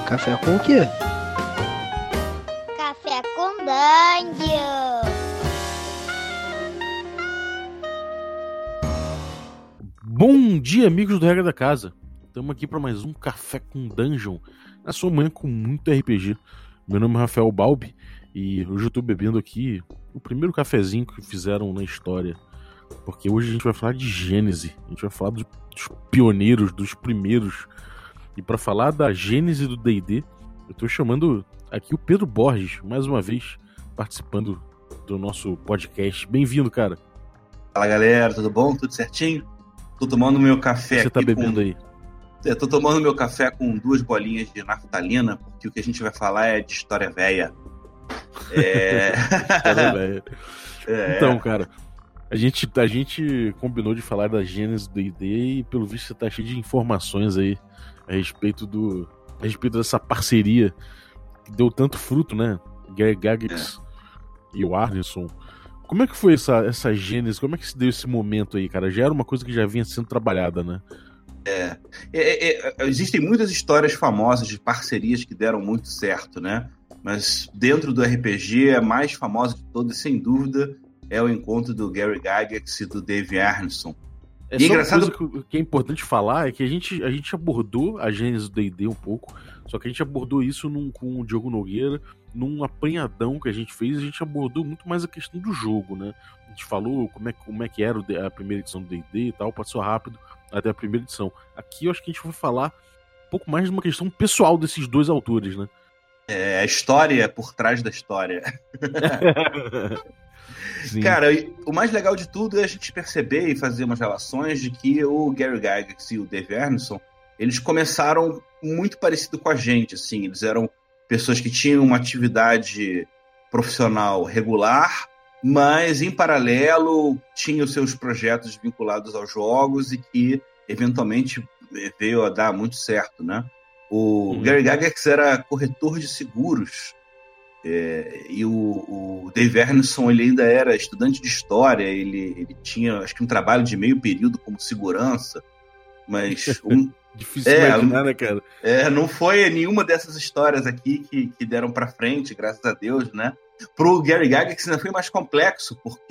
Café com o quê? Café com Dungeon. Bom dia, amigos do Regra da Casa. Estamos aqui para mais um Café com Dungeon, na sua manhã com muito RPG. Meu nome é Rafael Balbi e hoje eu estou bebendo aqui o primeiro cafezinho que fizeram na história. Porque hoje a gente vai falar de Gênese, a gente vai falar dos pioneiros, dos primeiros. E para falar da Gênese do D&D, eu estou chamando aqui o Pedro Borges, mais uma vez, participando do nosso podcast. Bem-vindo, cara. Fala, galera, tudo bom? Tudo certinho? Tô tomando meu café aqui. O que você tá bebendo aí? Eu tô tomando meu café com 2 bolinhas de naftalina, porque o que a gente vai falar é de história velha. História velha. Então, cara, a gente combinou de falar da Gênese do D&D e pelo visto você tá cheio de informações aí a respeito dessa parceria que deu tanto fruto, né? Gary Gygax e o Arneson. Como é que foi essa Gênese? Como é que se deu esse momento aí, cara? Já era uma coisa que já vinha sendo trabalhada, né? Existem muitas histórias famosas de parcerias que deram muito certo, né? Mas dentro do RPG, a mais famosa de todas, sem dúvida, é o encontro do Gary Gygax e do Dave Arneson. Só engraçado... uma coisa que é importante falar é que a gente abordou a Gênese do D&D um pouco, só que a gente abordou isso com o Diogo Nogueira, num apanhadão que a gente fez, a gente abordou muito mais a questão do jogo, né? A gente falou como é que era a primeira edição do D&D e tal, passou rápido até a primeira edição. Aqui eu acho que a gente vai falar um pouco mais de uma questão pessoal desses dois autores, né? A história por trás da história. Sim. Cara, o mais legal de tudo é a gente perceber e fazer umas relações de que o Gary Gygax e o Dave Arneson, eles começaram muito parecido com a gente, assim, eles eram pessoas que tinham uma atividade profissional regular, mas em paralelo tinham os seus projetos vinculados aos jogos e que eventualmente veio a dar muito certo, né? O Gary Gygax era corretor de seguros, e o Dave Arneson, ele ainda era estudante de história, ele tinha, acho que um trabalho de meio período como segurança, mas... Difícil imaginar, né, cara? Não foi nenhuma dessas histórias aqui que deram pra frente, graças a Deus, né? Pro Gary Gygax ainda foi mais complexo, porque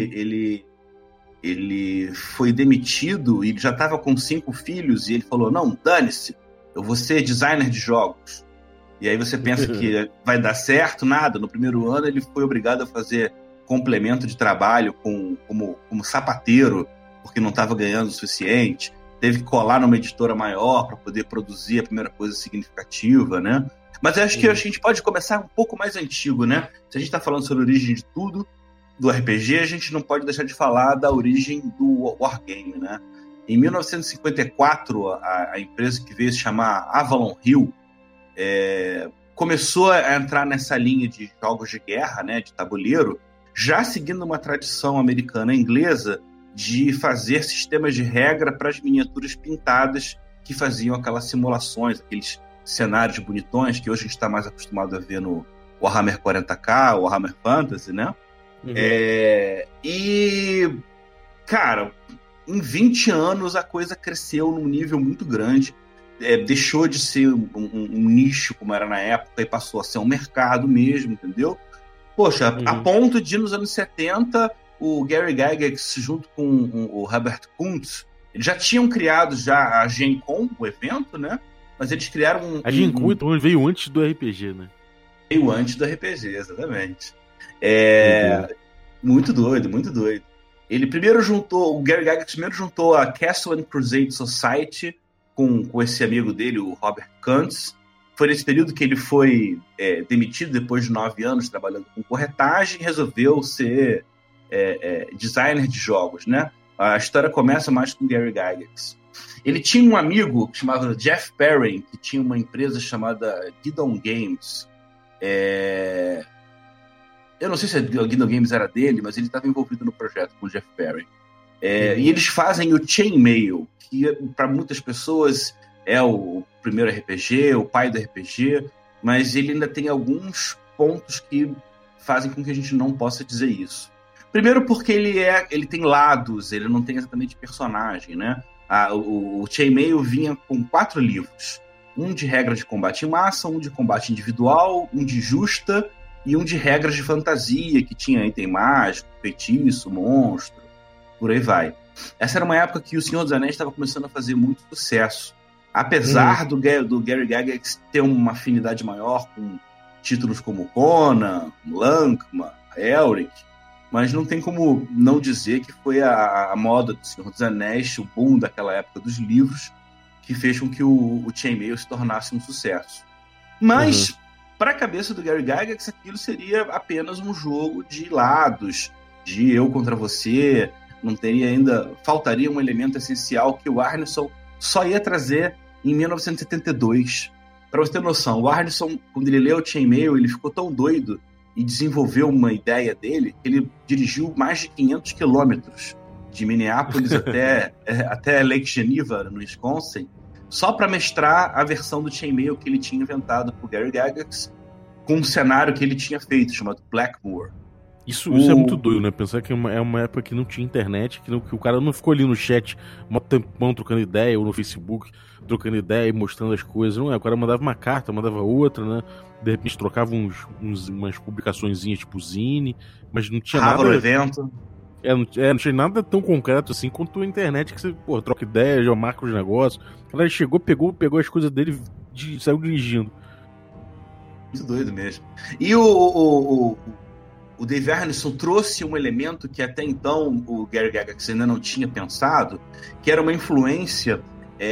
ele foi demitido e ele já estava com 5 filhos e ele falou, não, dane-se, eu vou ser designer de jogos. E aí você pensa que vai dar certo, nada. No primeiro ano ele foi obrigado a fazer complemento de trabalho como sapateiro, porque não estava ganhando o suficiente. Teve que colar numa editora maior para poder produzir a primeira coisa significativa, né? Mas eu acho que a gente pode começar um pouco mais antigo, né? Se a gente está falando sobre a origem de tudo, do RPG, a gente não pode deixar de falar da origem do Wargame, né? Em 1954, a empresa que veio se chamar Avalon Hill começou a entrar nessa linha de jogos de guerra, né, de tabuleiro, já seguindo uma tradição americana e inglesa de fazer sistemas de regra para as miniaturas pintadas que faziam aquelas simulações, aqueles cenários bonitões que hoje a gente está mais acostumado a ver no Warhammer 40k, Warhammer Fantasy, né? E, cara, em 20 anos a coisa cresceu num nível muito grande. Deixou de ser um nicho como era na época e passou a ser um mercado mesmo, entendeu? Poxa, a ponto de nos anos 70 o Gary Gygax junto com o Herbert Kuntz, eles já tinham criado a Gen Con, o evento, né? Mas eles criaram a Gen Con então veio antes do RPG, né? Veio antes do RPG, exatamente. Muito doido, muito doido. O Gary Gygax primeiro juntou a Castle and Crusade Society com esse amigo dele, o Robert Kuntz. Foi nesse período que ele foi demitido depois de 9 anos trabalhando com corretagem e resolveu ser designer de jogos, né? A história começa mais com Gary Gygax. Ele tinha um amigo chamado Jeff Perrin, que tinha uma empresa chamada Guidon Games. Eu não sei se a Guidon Games era dele, mas ele estava envolvido no projeto com o Jeff Perrin. E eles fazem o Chainmail, que para muitas pessoas é o primeiro RPG, o pai do RPG, mas ele ainda tem alguns pontos que fazem com que a gente não possa dizer isso. Primeiro porque ele tem lados, ele não tem exatamente personagem, né? O Chainmail vinha com 4 livros. um de regras de combate em massa, um de combate individual, um de justa e um de regras de fantasia, que tinha item mágico, feitiço, monstro, por aí vai. Essa era uma época que o Senhor dos Anéis estava começando a fazer muito sucesso. Apesar do Gary Gygax ter uma afinidade maior com títulos como Conan, Lankma, Elric, mas não tem como não dizer que foi a moda do Senhor dos Anéis, o boom daquela época dos livros, que fez com que o Chainmail se tornasse um sucesso. Mas, para a cabeça do Gary Gygax, aquilo seria apenas um jogo de lados, de eu contra você, não teria ainda... Faltaria um elemento essencial que o Arneson só ia trazer em 1972. Para você ter noção, o Arneson, quando ele leu o Chainmail, ele ficou tão doido e desenvolveu uma ideia dele que ele dirigiu mais de 500 quilômetros de Minneapolis até Lake Geneva, no Wisconsin, só para mestrar a versão do Chainmail que ele tinha inventado por Gary Gygax, com um cenário que ele tinha feito, chamado Blackmoor. Isso é muito doido, né? Pensar que é uma época que não tinha internet, que o cara não ficou ali no chat, um tempão trocando ideia, ou no Facebook, trocando ideia e mostrando as coisas. Não é, o cara mandava uma carta, mandava outra, né? De repente trocava umas publicaçõezinhas tipo Zine, mas não tinha nada... no evento. Não tinha nada tão concreto assim quanto a internet, que você, troca ideia, já marca os negócios. O cara chegou, pegou as coisas dele e saiu dirigindo. Muito doido mesmo. E o Dave Arneson trouxe um elemento que até então o Gary Gygax ainda não tinha pensado, que era uma influência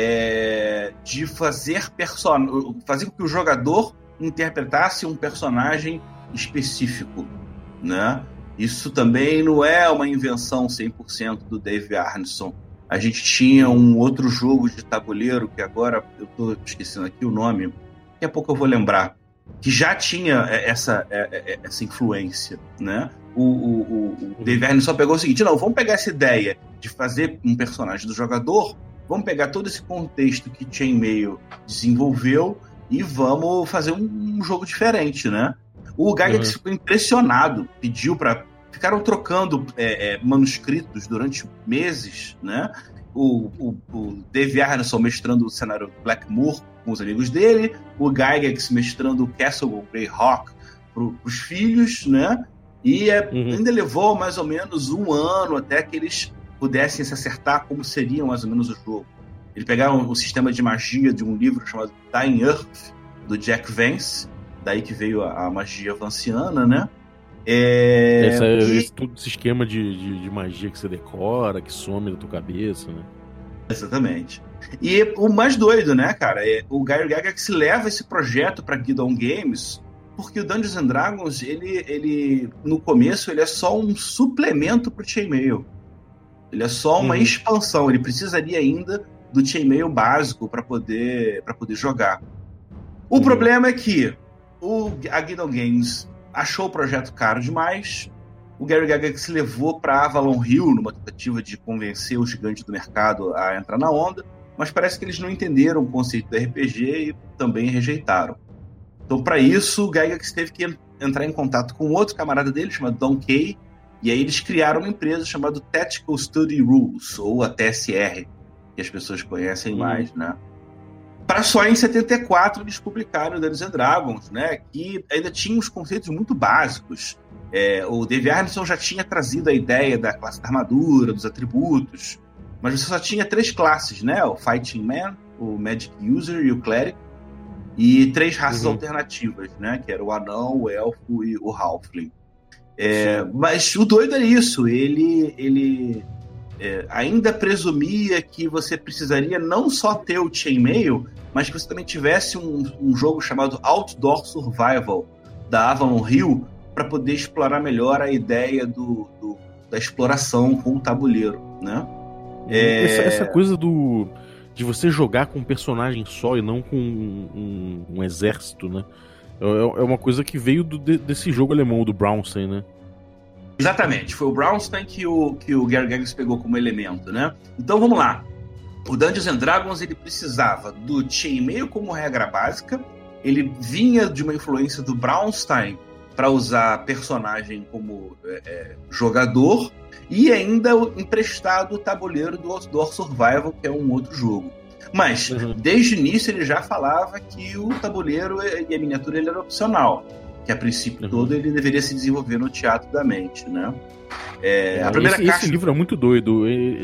de fazer com que o jogador interpretasse um personagem específico, né? Isso também não é uma invenção 100% do Dave Arneson. A gente tinha um outro jogo de tabuleiro, que agora eu estou esquecendo aqui o nome, daqui a pouco eu vou lembrar, que já tinha essa influência, né? O Dave Arneson pegou o seguinte: não, vamos pegar essa ideia de fazer um personagem do jogador, vamos pegar todo esse contexto que Chainmail desenvolveu e vamos fazer um jogo diferente, né? O Gygax ficou impressionado, pediu para... Ficaram trocando manuscritos durante meses, né? O Dave Arneson mestrando o cenário Blackmoor com os amigos dele, o Gygax mestrando o Castle Greyhawk para os filhos, né? E ainda levou mais ou menos um ano até que eles pudessem se acertar como seria mais ou menos o jogo. Eles pegaram o sistema de magia de um livro chamado Dying Earth, do Jack Vance, daí que veio a magia vanciana, né? Todo esse esquema de magia que você decora, que some da tua cabeça, né? Exatamente. E o mais doido, né, cara? O Gary Gygax leva esse projeto para Guidon Games, porque o Dungeons & Dragons, ele no começo, ele é só um suplemento pro Chainmail. Ele é só uma expansão. Ele precisaria ainda do Chainmail básico para poder jogar. O problema é que a Guidon Games achou o projeto caro demais. O Gary Gygax levou para Avalon Hill numa tentativa de convencer os gigantes do mercado a entrar na onda, mas parece que eles não entenderam o conceito do RPG e também rejeitaram. Então, para isso, o Gygax teve que entrar em contato com outro camarada dele, chamado Don Kay, e aí eles criaram uma empresa chamada Tactical Study Rules, ou a TSR, que as pessoas conhecem mais, né? Para só em 74 eles publicaram Dungeons & Dragons, né, que ainda tinha uns conceitos muito básicos. O Dave Arneson já tinha trazido a ideia da classe da armadura, dos atributos, mas você só tinha 3 classes, né? O Fighting Man, o Magic User e o Cleric, e 3 raças alternativas, né? Que era o Anão, o Elfo e o Halfling. Mas o doido é isso, ele ainda presumia que você precisaria não só ter o Chainmail, mas que você também tivesse um jogo chamado Outdoor Survival da Avalon Hill para poder explorar melhor a ideia da exploração com o tabuleiro, né? Essa coisa de você jogar com um personagem só e não com um exército, né? É uma coisa que veio desse jogo alemão, do Braunstein, né? Exatamente, foi o Braunstein que o Gary Gygax pegou como elemento, né? Então vamos lá. O Dungeons & Dragons ele precisava do Chainmail como regra básica, ele vinha de uma influência do Braunstein para usar personagem como jogador, e ainda emprestado o tabuleiro do Outdoor Survival, que é um outro jogo. Mas, desde o início, ele já falava que o tabuleiro e a miniatura ele era opcional. Que a princípio todo ele deveria se desenvolver no teatro da mente, né? A primeira caixa... Esse livro é muito doido.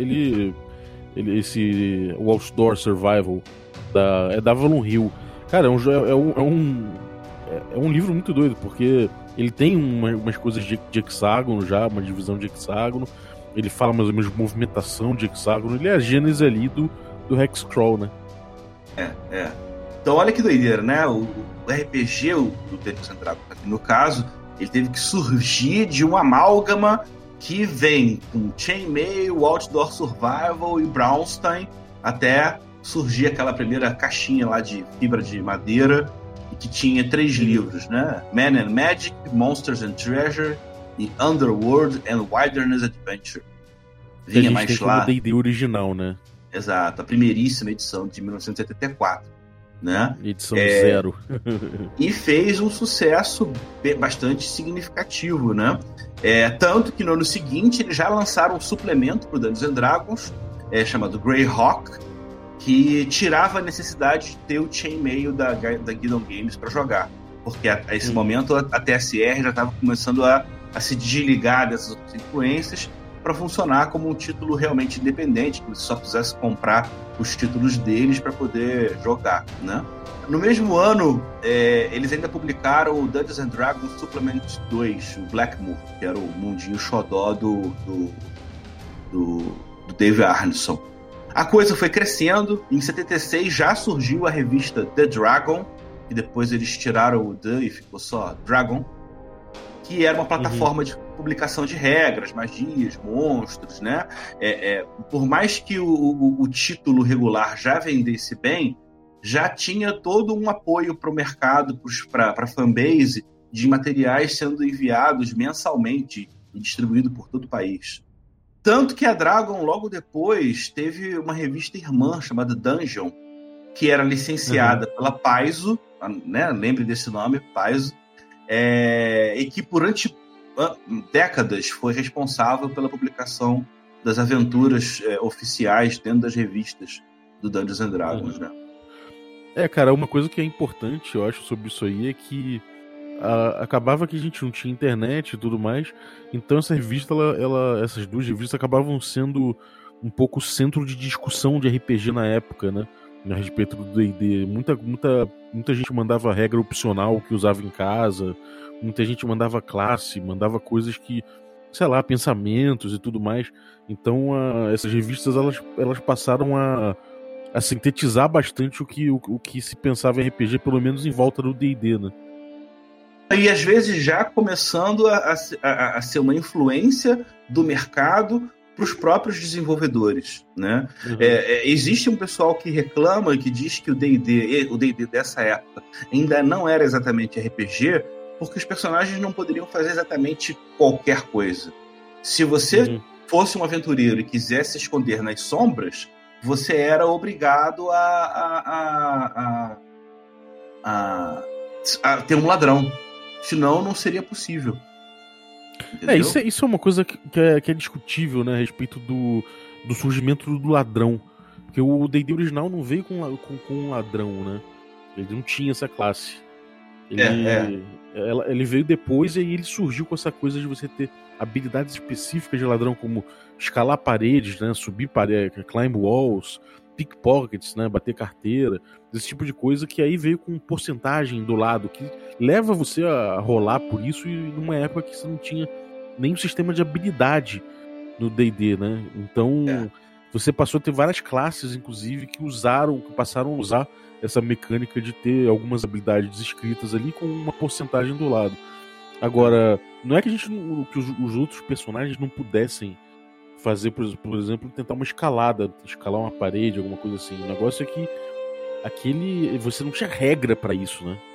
O Outdoor Survival da Avalon Hill. Cara, é um livro muito doido, porque ele tem umas coisas de hexágono já, uma divisão de hexágono. Ele fala mais ou menos de movimentação de hexágono. Ele é a gênese ali do Hexcrawl, né? Então olha que doideira, né? O RPG do Dungeons & Dragons, aqui no caso, ele teve que surgir de uma amálgama que vem com Chainmail, Outdoor Survival e Braunstein, até surgir aquela primeira caixinha lá de fibra de madeira, que tinha 3 livros, né? Man and Magic, Monsters and Treasure e Underworld and Wilderness Adventure. Vinha mais lá. O D&D original, né? Exato, a primeiríssima edição de 1974, né? Edição 0. E fez um sucesso bastante significativo, né? Tanto que no ano seguinte eles já lançaram um suplemento para o Dungeons & Dragons, chamado Greyhawk, que tirava a necessidade de ter o chainmail da Guidon Games para jogar. Porque a esse momento a TSR já estava começando a se desligar dessas outras influências para funcionar como um título realmente independente, que você só precisasse comprar os títulos deles para poder jogar, né? No mesmo ano, eles ainda publicaram o Dungeons & Dragons Supplement 2, o Blackmoor, que era o mundinho xodó do Dave Arneson. A coisa foi crescendo. Em 76 já surgiu a revista The Dragon, e depois eles tiraram o The e ficou só Dragon, que era uma plataforma de publicação de regras, magias, monstros, né? Por mais que o título regular já vendesse bem, já tinha todo um apoio para o mercado, para a fanbase, de materiais sendo enviados mensalmente e distribuído por todo o país. Tanto que a Dragon, logo depois, teve uma revista irmã chamada Dungeon, que era licenciada pela Paizo, né? Lembre desse nome, Paizo, e que por décadas foi responsável pela publicação das aventuras oficiais dentro das revistas do Dungeons & Dragons, né? Cara, uma coisa que é importante, eu acho, sobre isso aí é que acabava que a gente não tinha internet e tudo mais, então essa revista, essas 2 revistas acabavam sendo um pouco centro de discussão de RPG na época, né? A respeito do D&D. Muita gente mandava regra opcional que usava em casa, muita gente mandava classe, mandava coisas que, sei lá, pensamentos e tudo mais. Então essas revistas elas passaram a sintetizar bastante o que se pensava em RPG, pelo menos em volta do D&D, né? E às vezes já começando a ser uma influência do mercado para os próprios desenvolvedores, né? Existe um pessoal que reclama, que diz que o D&D dessa época ainda não era exatamente RPG, porque os personagens não poderiam fazer exatamente qualquer coisa. Se você fosse um aventureiro e quisesse se esconder nas sombras, você era obrigado a ter um ladrão. Senão, não seria possível. Isso é uma coisa que é discutível, né? A respeito do surgimento do ladrão. Porque o D&D original não veio com um ladrão, né? Ele não tinha essa classe. Ele veio depois e aí ele surgiu com essa coisa de você ter habilidades específicas de ladrão, como escalar paredes, né? Subir paredes, climb walls, pickpockets, né? Bater carteira, esse tipo de coisa, que aí veio com porcentagem do lado, que leva você a rolar por isso, e numa época que você não tinha nenhum sistema de habilidade no D&D, né? Então você passou a ter várias classes, inclusive, que passaram a usar essa mecânica de ter algumas habilidades escritas ali com uma porcentagem do lado. Agora, não é que os outros personagens não pudessem fazer, por exemplo, tentar uma escalar uma parede, alguma coisa assim. O negócio é que você não tinha regra pra isso, né?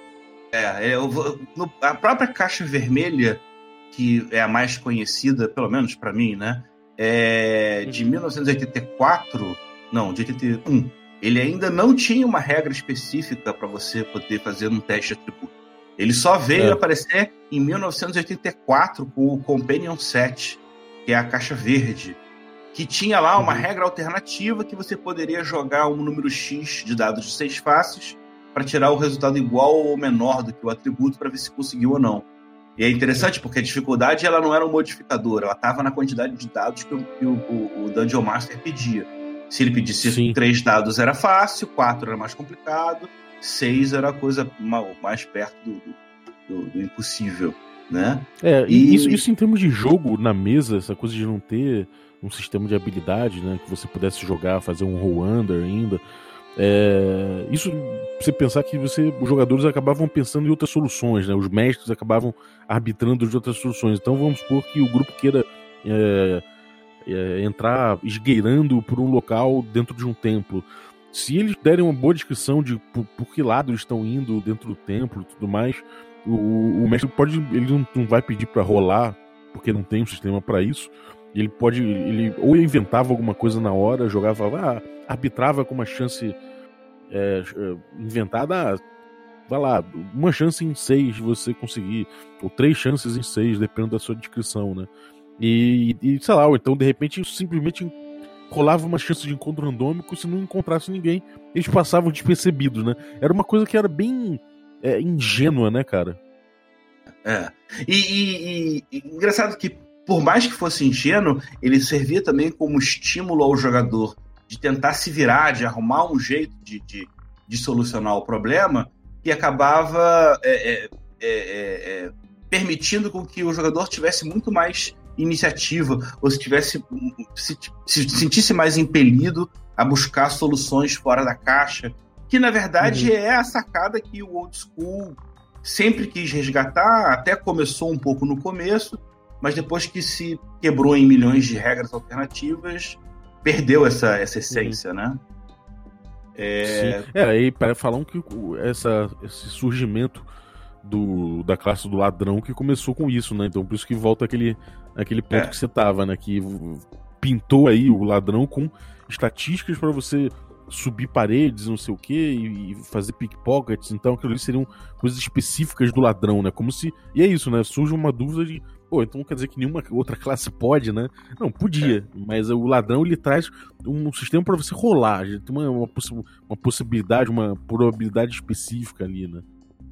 A própria Caixa Vermelha, que é a mais conhecida, pelo menos pra mim, né? De 1984, não, de 81. Ele ainda não tinha uma regra específica para você poder fazer um teste de atributo. Ele só veio aparecer em 1984 com o Companion Set, que é a caixa verde, que tinha lá uma regra alternativa que você poderia jogar um número X de dados de 6 faces para tirar o resultado igual ou menor do que o atributo para ver se conseguiu ou não. E é interessante porque a dificuldade ela não era um modificador, ela estava na quantidade de dados que o Dungeon Master pedia. Se ele pedisse 3 dados era fácil, 4 era mais complicado, 6 era a coisa mais perto do impossível, né? Isso em termos de jogo na mesa, essa coisa de não ter um sistema de habilidade, né, que você pudesse jogar, fazer um roll-under ainda. Isso, você pensar que os jogadores acabavam pensando em outras soluções, né? Os mestres acabavam arbitrando de outras soluções. Então vamos supor que o grupo queira entrar esgueirando por um local dentro de um templo. Se eles derem uma boa descrição de por que lado eles estão indo dentro do templo e tudo mais, o mestre ele não vai pedir para rolar, porque não tem um sistema para isso. Ele ou inventava alguma coisa na hora, jogava, arbitrava com uma chance inventada, vai lá, uma chance em 6 você conseguir, ou 3 chances em 6, dependendo da sua descrição, né? E sei lá, ou então de repente simplesmente rolava uma chance de encontro randômico, se não encontrasse ninguém, eles passavam despercebidos, né? Era uma coisa que era bem ingênua, né, cara? E engraçado que por mais que fosse ingênuo, ele servia também como estímulo ao jogador de tentar se virar, de arrumar um jeito de solucionar o problema, que acabava permitindo com que o jogador tivesse muito mais iniciativa, ou se sentisse mais impelido a buscar soluções fora da caixa, que na verdade é a sacada que o Old School sempre quis resgatar, até começou um pouco no começo, mas depois que se quebrou em milhões de regras alternativas, perdeu essa essência, né? E para falar que esse surgimento da classe do ladrão que começou com isso, né? Então por isso que volta aquele ponto que você tava, né? Que pintou aí o ladrão com estatísticas para você subir paredes, não sei o que, e fazer pickpockets. Então aquilo ali seriam coisas específicas do ladrão, né? Como se... E é isso, né? Surge uma dúvida de então quer dizer que nenhuma outra classe pode, né? Não, podia, mas o ladrão ele traz um sistema para você rolar, tem uma possibilidade, uma probabilidade específica ali, né?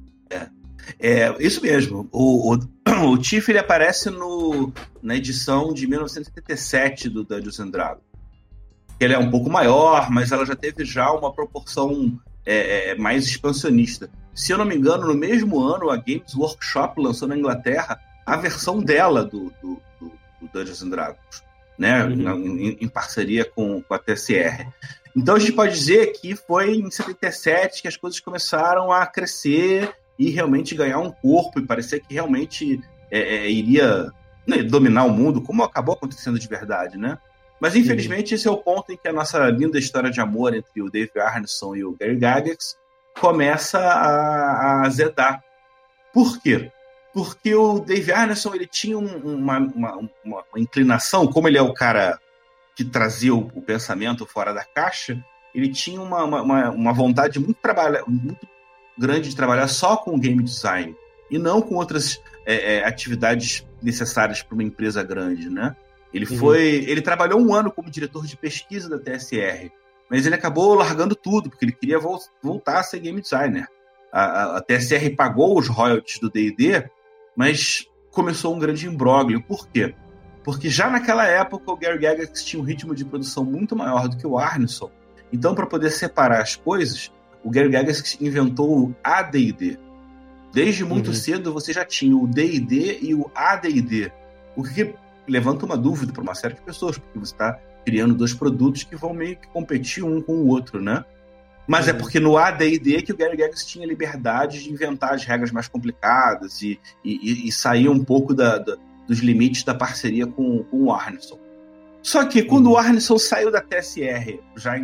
Isso mesmo. O Tiff ele aparece na edição de 1977 do Dungeons & Dragons. Ele é um pouco maior, mas ela já teve uma proporção mais expansionista. Se eu não me engano, no mesmo ano, a Games Workshop lançou na Inglaterra a versão dela do Dungeons & Dragons, né? Em parceria com a TSR. Então a gente pode dizer que foi em 77 que as coisas começaram a crescer e realmente ganhar um corpo e parecer que realmente iria dominar o mundo, como acabou acontecendo de verdade, né? Mas infelizmente esse é o ponto em que a nossa linda história de amor entre o Dave Arneson e o Gary Gygax começa a azedar. Por quê? Porque o Dave Arneson ele tinha uma inclinação, como ele é o cara que trazia o pensamento fora da caixa, ele tinha uma vontade muito grande de trabalhar só com game design e não com outras atividades necessárias para uma empresa grande, né? Ele trabalhou 1 ano como diretor de pesquisa da TSR, mas ele acabou largando tudo, porque ele queria voltar a ser game designer. A TSR pagou os royalties do D&D, mas começou um grande imbróglio. Por quê? Porque já naquela época o Gary Gygax tinha um ritmo de produção muito maior do que o Arneson. Então, para poder separar as coisas, o Gary Gygax inventou o AD&D. Desde muito cedo você já tinha o D&D e o AD&D. O que levanta uma dúvida para uma série de pessoas, porque você está criando 2 produtos que vão meio que competir um com o outro, né? Mas é porque no AD&D que o Gary Gygax tinha liberdade de inventar as regras mais complicadas e sair um pouco dos limites da parceria com o Arneson. Só que quando o Arneson saiu da TSR, já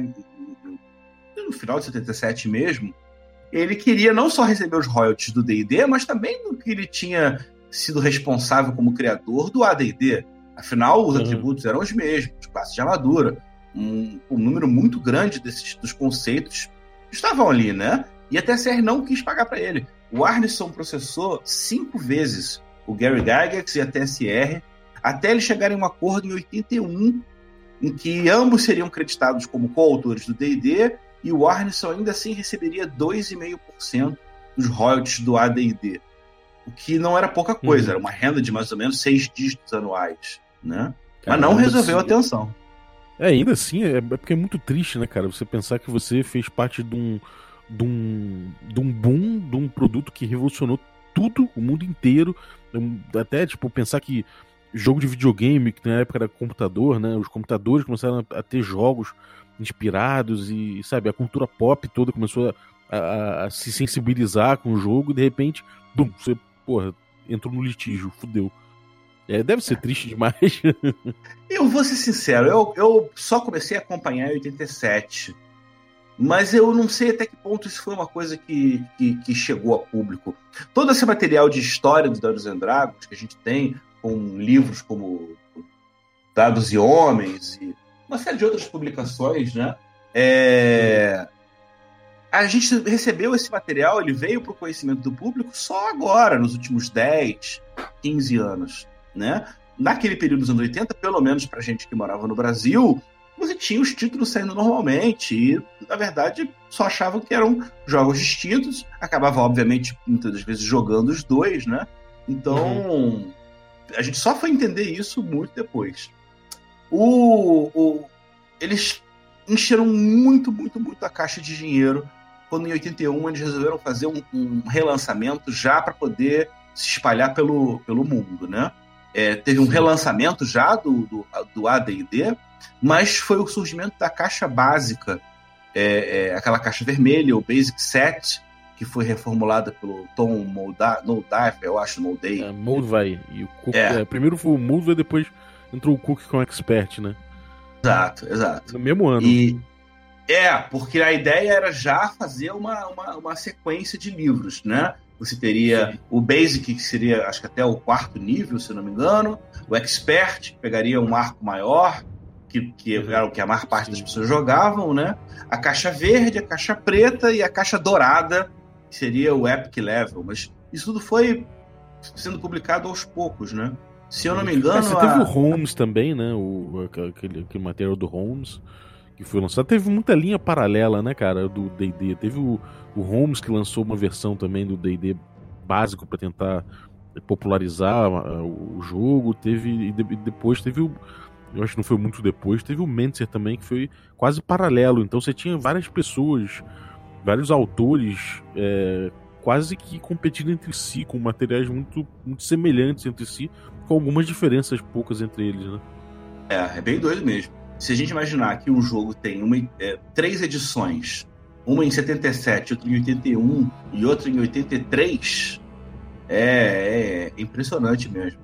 no final de 77 mesmo, ele queria não só receber os royalties do D&D, mas também do que ele tinha sido responsável como criador do AD&D. Afinal, os atributos eram os mesmos, classe de armadura, um número muito grande dos conceitos estavam ali, né? E a TSR não quis pagar para ele. O Arneson processou 5 vezes o Gary Gygax e a TSR até eles chegarem a um acordo em 81, em que ambos seriam creditados como coautores do D&D, e o Arneson ainda assim receberia 2,5% dos royalties do AD&D, o que não era pouca coisa, era uma renda de mais ou menos 6 dígitos anuais, né? Mas não resolveu a tensão. Ainda assim, é porque é muito triste, né, cara? Você pensar que você fez parte de um boom, de um produto que revolucionou tudo, o mundo inteiro. Até, tipo, pensar que jogo de videogame, que na época era computador, né? Os computadores começaram a ter jogos inspirados e, sabe, a cultura pop toda começou a se sensibilizar com o jogo e, de repente, bum, você, porra, entrou no litígio, fudeu. Deve ser triste demais. Eu vou ser sincero, eu só comecei a acompanhar em 87, mas eu não sei até que ponto isso foi uma coisa que chegou a público. Todo esse material de história dos Dungeons and Dragons que a gente tem, com livros como Dados e Homens e uma série de outras publicações, né? A gente recebeu esse material, ele veio para o conhecimento do público só agora, nos últimos 10, 15 anos, né? Naquele período dos anos 80, pelo menos pra gente que morava no Brasil, você tinha os títulos saindo normalmente e, na verdade, só achavam que eram jogos distintos. Acabava, obviamente, muitas das vezes jogando os dois, né? Então, a gente só foi entender isso muito depois. Eles encheram muito a caixa de dinheiro quando, em 81, eles resolveram fazer um relançamento já para poder se espalhar pelo mundo, né? Teve um relançamento já do AD&D, mas foi o surgimento da caixa básica, aquela caixa vermelha, o Basic Set, que foi reformulada pelo Tom Moldave, eu acho, Moldvay. E o Cook, primeiro foi o Moldvay, depois entrou o Cook com o Expert, né? Exato. No mesmo ano. Porque a ideia era já fazer uma sequência de livros, né? Você teria o Basic, que seria, acho que até o 4º nível, se não me engano. O Expert, que pegaria um arco maior, que era o que a maior parte das pessoas jogavam, né? A caixa verde, a caixa preta e a caixa dourada, que seria o Epic Level. Mas isso tudo foi sendo publicado aos poucos, né? Se eu não me engano... Você teve o Holmes também, né? Aquele material do Holmes que foi lançado. Teve muita linha paralela, né, cara, do D&D. Teve o Holmes, que lançou uma versão também do D&D básico para tentar popularizar o jogo. E depois teve eu acho que não foi muito depois, teve o Mentzer também, que foi quase paralelo. Então você tinha várias pessoas, vários autores quase que competindo entre si, com materiais muito semelhantes entre si, com algumas diferenças poucas entre eles, né? É bem doido mesmo. Se a gente imaginar que um jogo tem 3 edições, uma em 77, outra em 81 e outra em 83, é impressionante mesmo.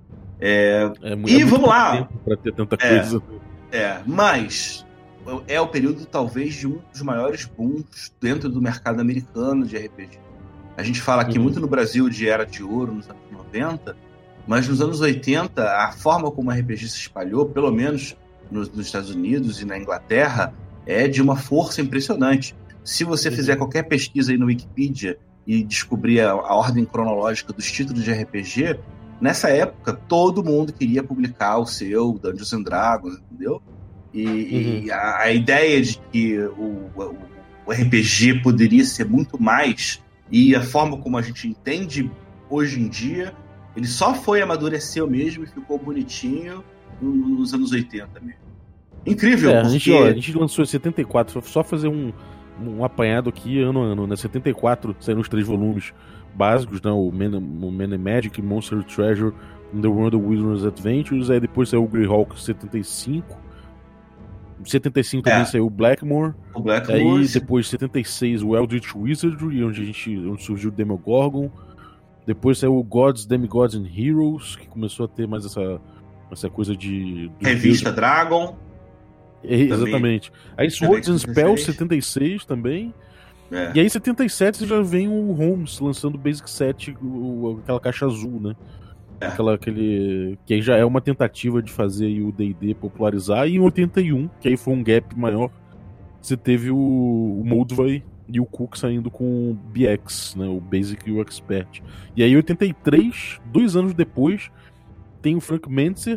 E vamos lá! Para ter tanta coisa. Mas é o período, talvez, de um dos maiores booms dentro do mercado americano de RPG. A gente fala aqui muito no Brasil de Era de Ouro nos anos 90, mas nos anos 80, a forma como o RPG se espalhou, pelo menos nos Estados Unidos e na Inglaterra, é de uma força impressionante. Se você fizer qualquer pesquisa aí no Wikipedia e descobrir a ordem cronológica dos títulos de RPG, nessa época todo mundo queria publicar o seu Dungeons and Dragons, entendeu? E a ideia de que o RPG poderia ser muito mais, e a forma como a gente entende hoje em dia, ele só foi amadureceu mesmo e ficou bonitinho nos anos 80 mesmo. Incrível, porque... a gente lançou em 74, só fazer um apanhado aqui ano a ano, né? 74 saíram os 3 volumes básicos, né? O Man and Magic, Monster Treasure, The World of Wizard's Adventures, aí depois saiu o Greyhawk 75. 75 também saiu o Blackmore. Aí depois 76 o Eldritch Wizardry, onde surgiu o Demogorgon. Depois saiu o Gods, Demigods and Heroes, que começou a ter mais essa coisa de revista Dragon. Exatamente. Aí Swords and Spells 76 também. E aí 77 já vem o Holmes lançando o Basic Set, aquela caixa azul, né? Que aí já é uma tentativa de fazer aí o D&D popularizar. E em 81, que aí foi um gap maior, você teve o Moldvay e o Cook saindo com o BX, né? O Basic e o Expert. E aí em 83, 2 anos depois, tem o Frank Mentzer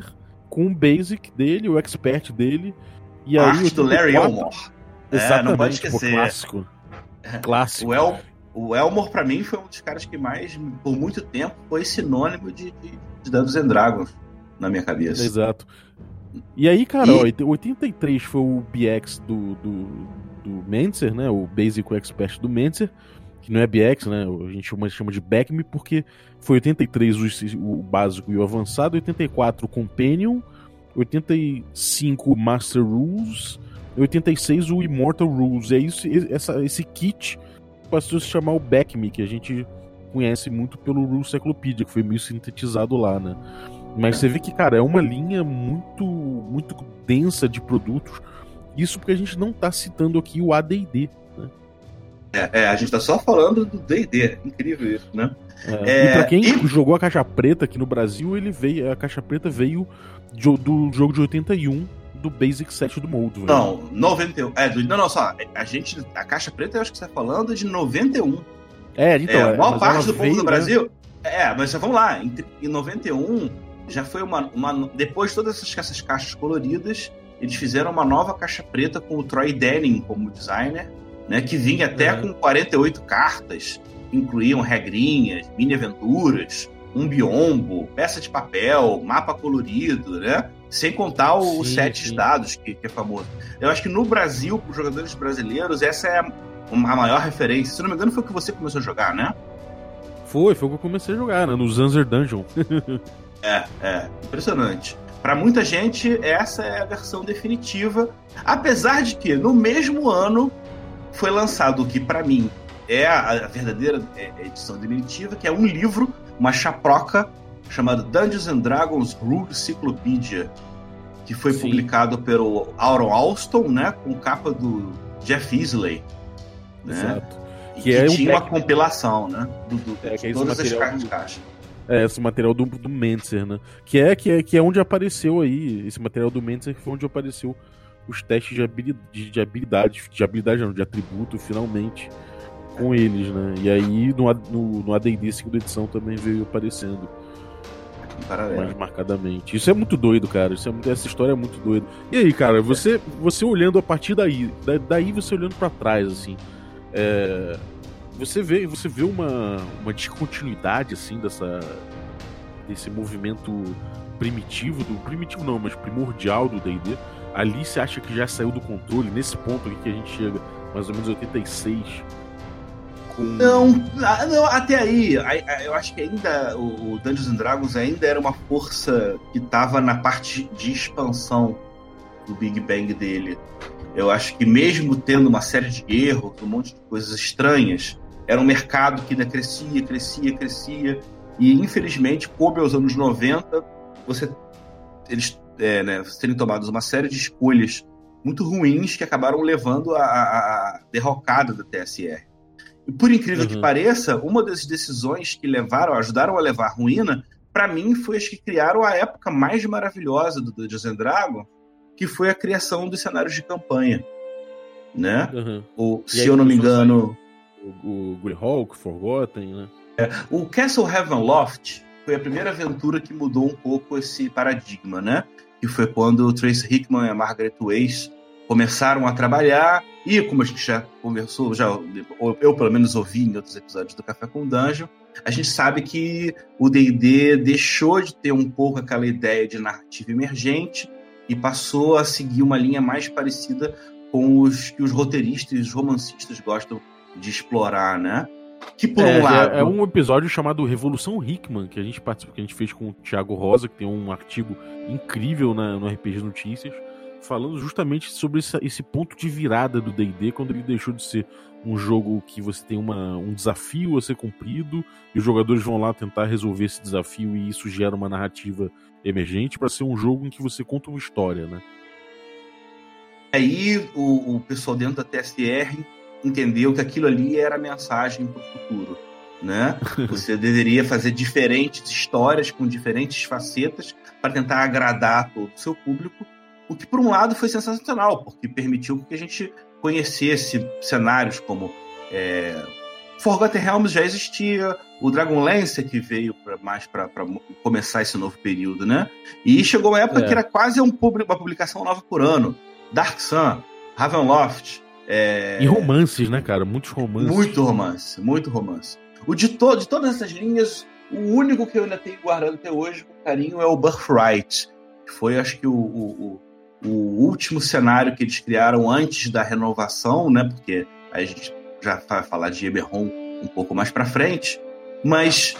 com o Basic dele, o Expert dele. E A aí, arte do Larry Elmore. Exatamente, não pode esquecer. Clássico. Clássico. O Elmore, pra mim, foi um dos caras que mais, por muito tempo, foi sinônimo de Dungeons and Dragons na minha cabeça. Exato. E aí, cara, 83 foi o BX do Mentzer, né? O Basic Expert do Mentzer, que não é BX, né? A gente chama de Backme porque foi 83 o básico e o avançado, 84 o Companion, 85 o Master Rules, 86 o Immortal Rules. E aí esse kit passou a se chamar o Backme, que a gente conhece muito pelo Rules Cyclopedia, que foi meio sintetizado lá, né? Mas você vê que, cara, é uma linha muito, muito densa de produtos. Isso porque a gente não tá citando aqui o AD&D, né? A gente tá só falando do D&D. Incrível isso, né? E pra quem jogou a Caixa Preta aqui no Brasil, a Caixa Preta veio do jogo de 81, do Basic Set do Mold. Não, 91. A Caixa Preta, eu acho que você tá falando de 91. Então. A maior parte do povo do né? Brasil... mas vamos lá. Em 91, já foi depois de todas essas caixas coloridas, eles fizeram uma nova Caixa Preta com o Troy Denning como designer, né, que vinha até com 48 cartas, incluíam regrinhas, mini-aventuras, um biombo, peça de papel, mapa colorido, né? Sem contar o set de dados, que é famoso. Eu acho que no Brasil, para os jogadores brasileiros, essa é a maior referência. Se não me engano, foi o que você começou a jogar, né? Foi o que eu comecei a jogar, né? No Zanzer Dungeon. Impressionante. Para muita gente, essa é a versão definitiva, apesar de que, no mesmo ano, foi lançado o que, para mim, é a verdadeira edição definitiva, que é um livro, uma chaproca, chamado Dungeons and Dragons Rule Cyclopedia, que foi publicado pelo Aaron Alston, né, com capa do Jeff Easley. Né? Exato. Que tinha uma compilação, né? De todas as caixas. Esse material do Mentzer, né? Que é onde apareceu aí. Esse material do Mentzer foi onde apareceu os testes de habilidade, de atributo, finalmente, com eles, né? E aí no AD&D 2ª edição também veio aparecendo. Mais marcadamente. Isso é muito doido, cara. Essa história é muito doida. E aí, cara, você olhando a partir daí você olhando pra trás, assim, você vê uma descontinuidade, assim, desse movimento primitivo mas primordial do D&D. Ali você acha que já saiu do controle, nesse ponto aqui que a gente chega, mais ou menos 86. Não, até aí. Eu acho que ainda o Dungeons and Dragons ainda era uma força que estava na parte de expansão do Big Bang dele. Eu acho que mesmo tendo uma série de erros, um monte de coisas estranhas, era um mercado que ainda crescia. E, infelizmente, coube aos anos 90, eles terem tomado uma série de escolhas muito ruins que acabaram levando a derrocada da TSR. E, por incrível que pareça, uma das decisões que ajudaram a levar a ruína, para mim, foi as que criaram a época mais maravilhosa do Dungeons & Dragons, que foi a criação dos cenários de campanha. Né? Se eu não me engano... O Greyhawk, Forgotten, né? O Castle Ravenloft foi a primeira aventura que mudou um pouco esse paradigma, né? Que foi quando o Tracy Hickman e a Margaret Weis começaram a trabalhar, e como a gente já conversou, eu pelo menos ouvi em outros episódios do Café com Dungeon, a gente sabe que o D&D deixou de ter um pouco aquela ideia de narrativa emergente e passou a seguir uma linha mais parecida com os que os roteiristas e os romancistas gostam de explorar, né? Que por um lado... É um episódio chamado Revolução Hickman, que a gente participou, que a gente fez com o Thiago Rosa, que tem um artigo incrível no RPG Notícias, falando justamente sobre esse ponto de virada do D&D, quando ele deixou de ser um jogo que você tem um desafio a ser cumprido, e os jogadores vão lá tentar resolver esse desafio, e isso gera uma narrativa emergente, para ser um jogo em que você conta uma história, né? Aí o pessoal dentro da TSR entendeu que aquilo ali era a mensagem para o futuro, né? Você deveria fazer diferentes histórias com diferentes facetas para tentar agradar todo o seu público, o que por um lado foi sensacional, porque permitiu que a gente conhecesse cenários como Forgotten Realms já existia, o Dragonlance que veio para começar esse novo período, né? E chegou uma época que era quase uma publicação nova por ano. Dark Sun, Ravenloft. E romances, né, cara? Muitos romances. Muito romance. De todas essas linhas, o único que eu ainda tenho guardado até hoje com carinho é o Birthright, que foi, acho que, o último cenário que eles criaram antes da renovação, né? Porque aí a gente já vai falar de Eberron um pouco mais para frente. Mas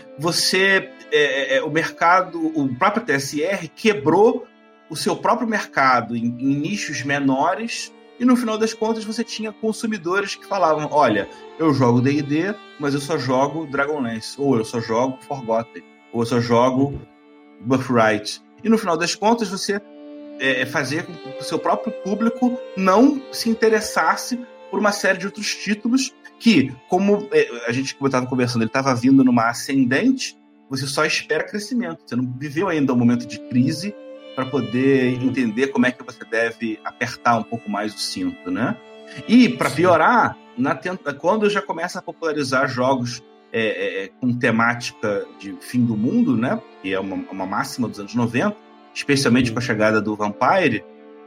o mercado, o próprio TSR quebrou o seu próprio mercado em nichos menores. E no final das contas você tinha consumidores que falavam, olha, eu jogo D&D, mas eu só jogo Dragonlance, ou eu só jogo Forgotten, ou eu só jogo Birthright. E no final das contas você fazia com que o seu próprio público não se interessasse por uma série de outros títulos que, como a gente estava conversando, ele estava vindo numa ascendente, você só espera crescimento. Você não viveu ainda um momento de crise para poder entender como é que você deve apertar um pouco mais o cinto, né? E, para piorar, quando já começa a popularizar jogos com temática de fim do mundo, né? Que é uma máxima dos anos 90, especialmente com a chegada do Vampire,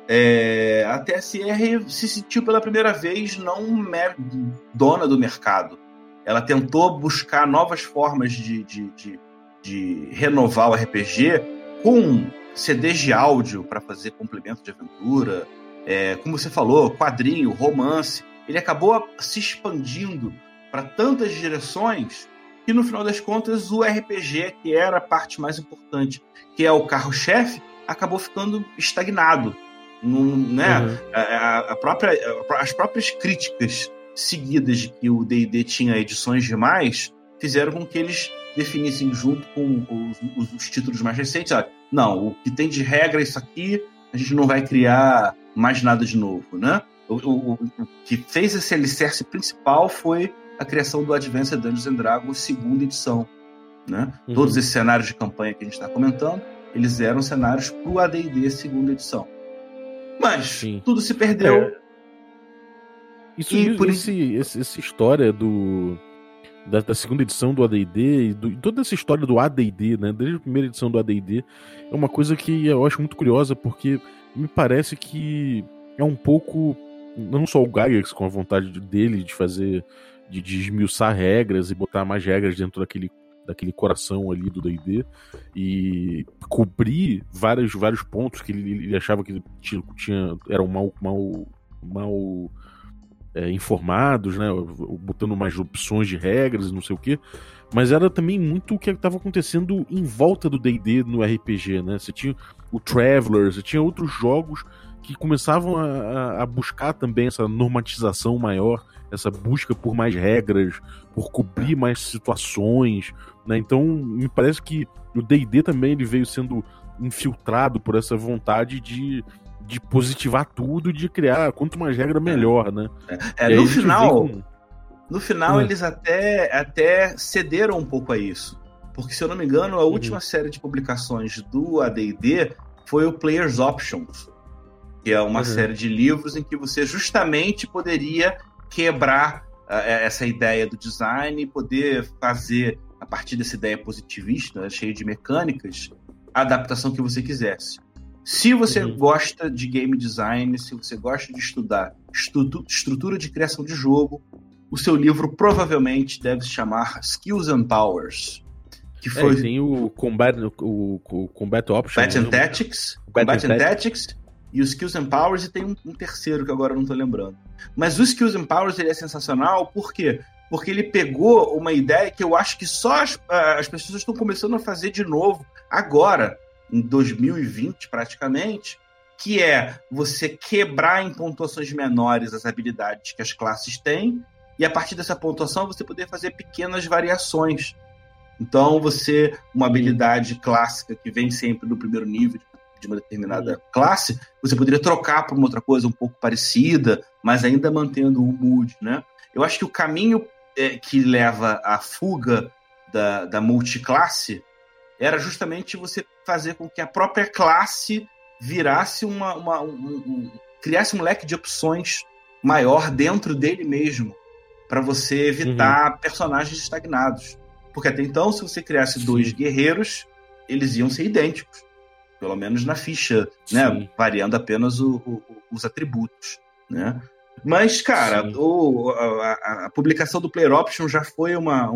a TSR se sentiu pela primeira vez não dona do mercado. Ela tentou buscar novas formas de renovar o RPG com CDs de áudio para fazer complemento de aventura, como você falou, quadrinho, romance. Ele acabou se expandindo para tantas direções que, no final das contas, o RPG, que era a parte mais importante, que é o carro-chefe, acabou ficando estagnado. Né? As próprias críticas seguidas de que o D&D tinha edições demais fizeram com que eles definissem junto com os títulos mais recentes, não, o que tem de regra é isso aqui, a gente não vai criar mais nada de novo, né? O que fez esse alicerce principal foi a criação do Advanced Dungeons & Dragons segunda edição, né? Todos esses cenários de campanha que a gente está comentando, eles eram cenários para o AD&D segunda edição. Mas tudo se perdeu. Essa história da segunda edição do AD&D e toda essa história do AD&D, né, desde a primeira edição do AD&D, é uma coisa que eu acho muito curiosa, porque me parece que é um pouco, não só o Gygax com a vontade dele de fazer, de esmiuçar regras e botar mais regras dentro daquele coração ali do D&D e cobrir vários pontos que ele achava que eram mal informados, né, botando mais opções de regras e não sei o que, mas era também muito o que estava acontecendo em volta do D&D no RPG, né? Você tinha o Traveler, você tinha outros jogos que começavam a buscar também essa normatização maior, essa busca por mais regras, por cobrir mais situações, né? Então me parece que o D&D também ele veio sendo infiltrado por essa vontade de positivar tudo, de criar quanto mais regra melhor, né? No final eles até cederam um pouco a isso, porque se eu não me engano a última série de publicações do AD&D foi o Player's Options, que é uma série de livros em que você justamente poderia quebrar essa ideia do design e poder fazer, a partir dessa ideia positivista, né, cheia de mecânicas, a adaptação que você quisesse. Se você gosta de game design, se você gosta de estudar estrutura de criação de jogo, o seu livro provavelmente deve se chamar Skills and Powers. Que foi... tem o Combat Options. Combat and Tactics e o Skills and Powers, e tem um terceiro que agora eu não estou lembrando. Mas o Skills and Powers ele é sensacional, por quê? Porque ele pegou uma ideia que eu acho que só as pessoas estão começando a fazer de novo agora, em 2020 praticamente, que é você quebrar em pontuações menores as habilidades que as classes têm, e a partir dessa pontuação você poder fazer pequenas variações. Então uma habilidade clássica que vem sempre no primeiro nível de uma determinada classe, você poderia trocar por uma outra coisa um pouco parecida, mas ainda mantendo o mood, né? Eu acho que o caminho que leva à fuga da multiclasse era justamente você fazer com que a própria classe virasse criasse um leque de opções maior dentro dele mesmo. para você evitar personagens estagnados. Porque até então, se você criasse 2 guerreiros, eles iam ser idênticos. Pelo menos na ficha, né? Variando apenas os atributos, né? Mas, cara, a publicação do Player Option já foi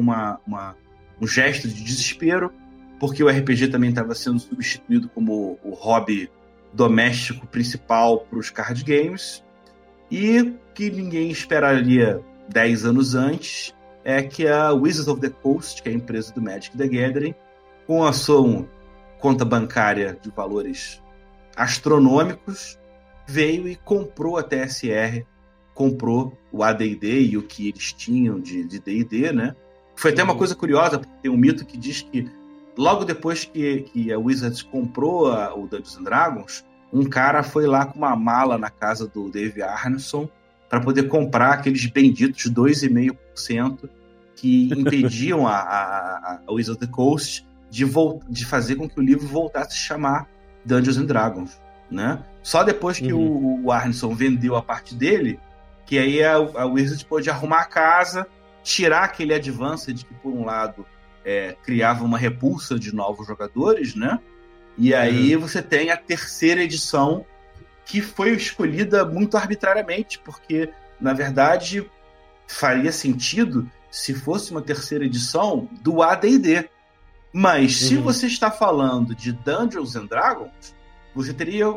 um gesto de desespero, porque o RPG também estava sendo substituído como o hobby doméstico principal para os card games, e que ninguém esperaria 10 anos antes é que a Wizards of the Coast, que é a empresa do Magic the Gathering, com a sua conta bancária de valores astronômicos, veio e comprou a TSR, comprou o AD&D e o que eles tinham de D&D, né? Foi até uma coisa curiosa, porque tem um mito que diz que logo depois que a Wizards comprou o Dungeons & Dragons, um cara foi lá com uma mala na casa do Dave Arneson para poder comprar aqueles benditos 2,5% que impediam a Wizards of the Coast de fazer com que o livro voltasse a se chamar Dungeons & Dragons, né? Só depois que o Arneson vendeu a parte dele, que aí a Wizards pôde arrumar a casa, tirar aquele Advanced que, por um lado, criava uma repulsa de novos jogadores, né? E aí você tem a terceira edição, que foi escolhida muito arbitrariamente, porque, na verdade, faria sentido se fosse uma terceira edição do AD&D. Mas se você está falando de Dungeons & Dragons, você teria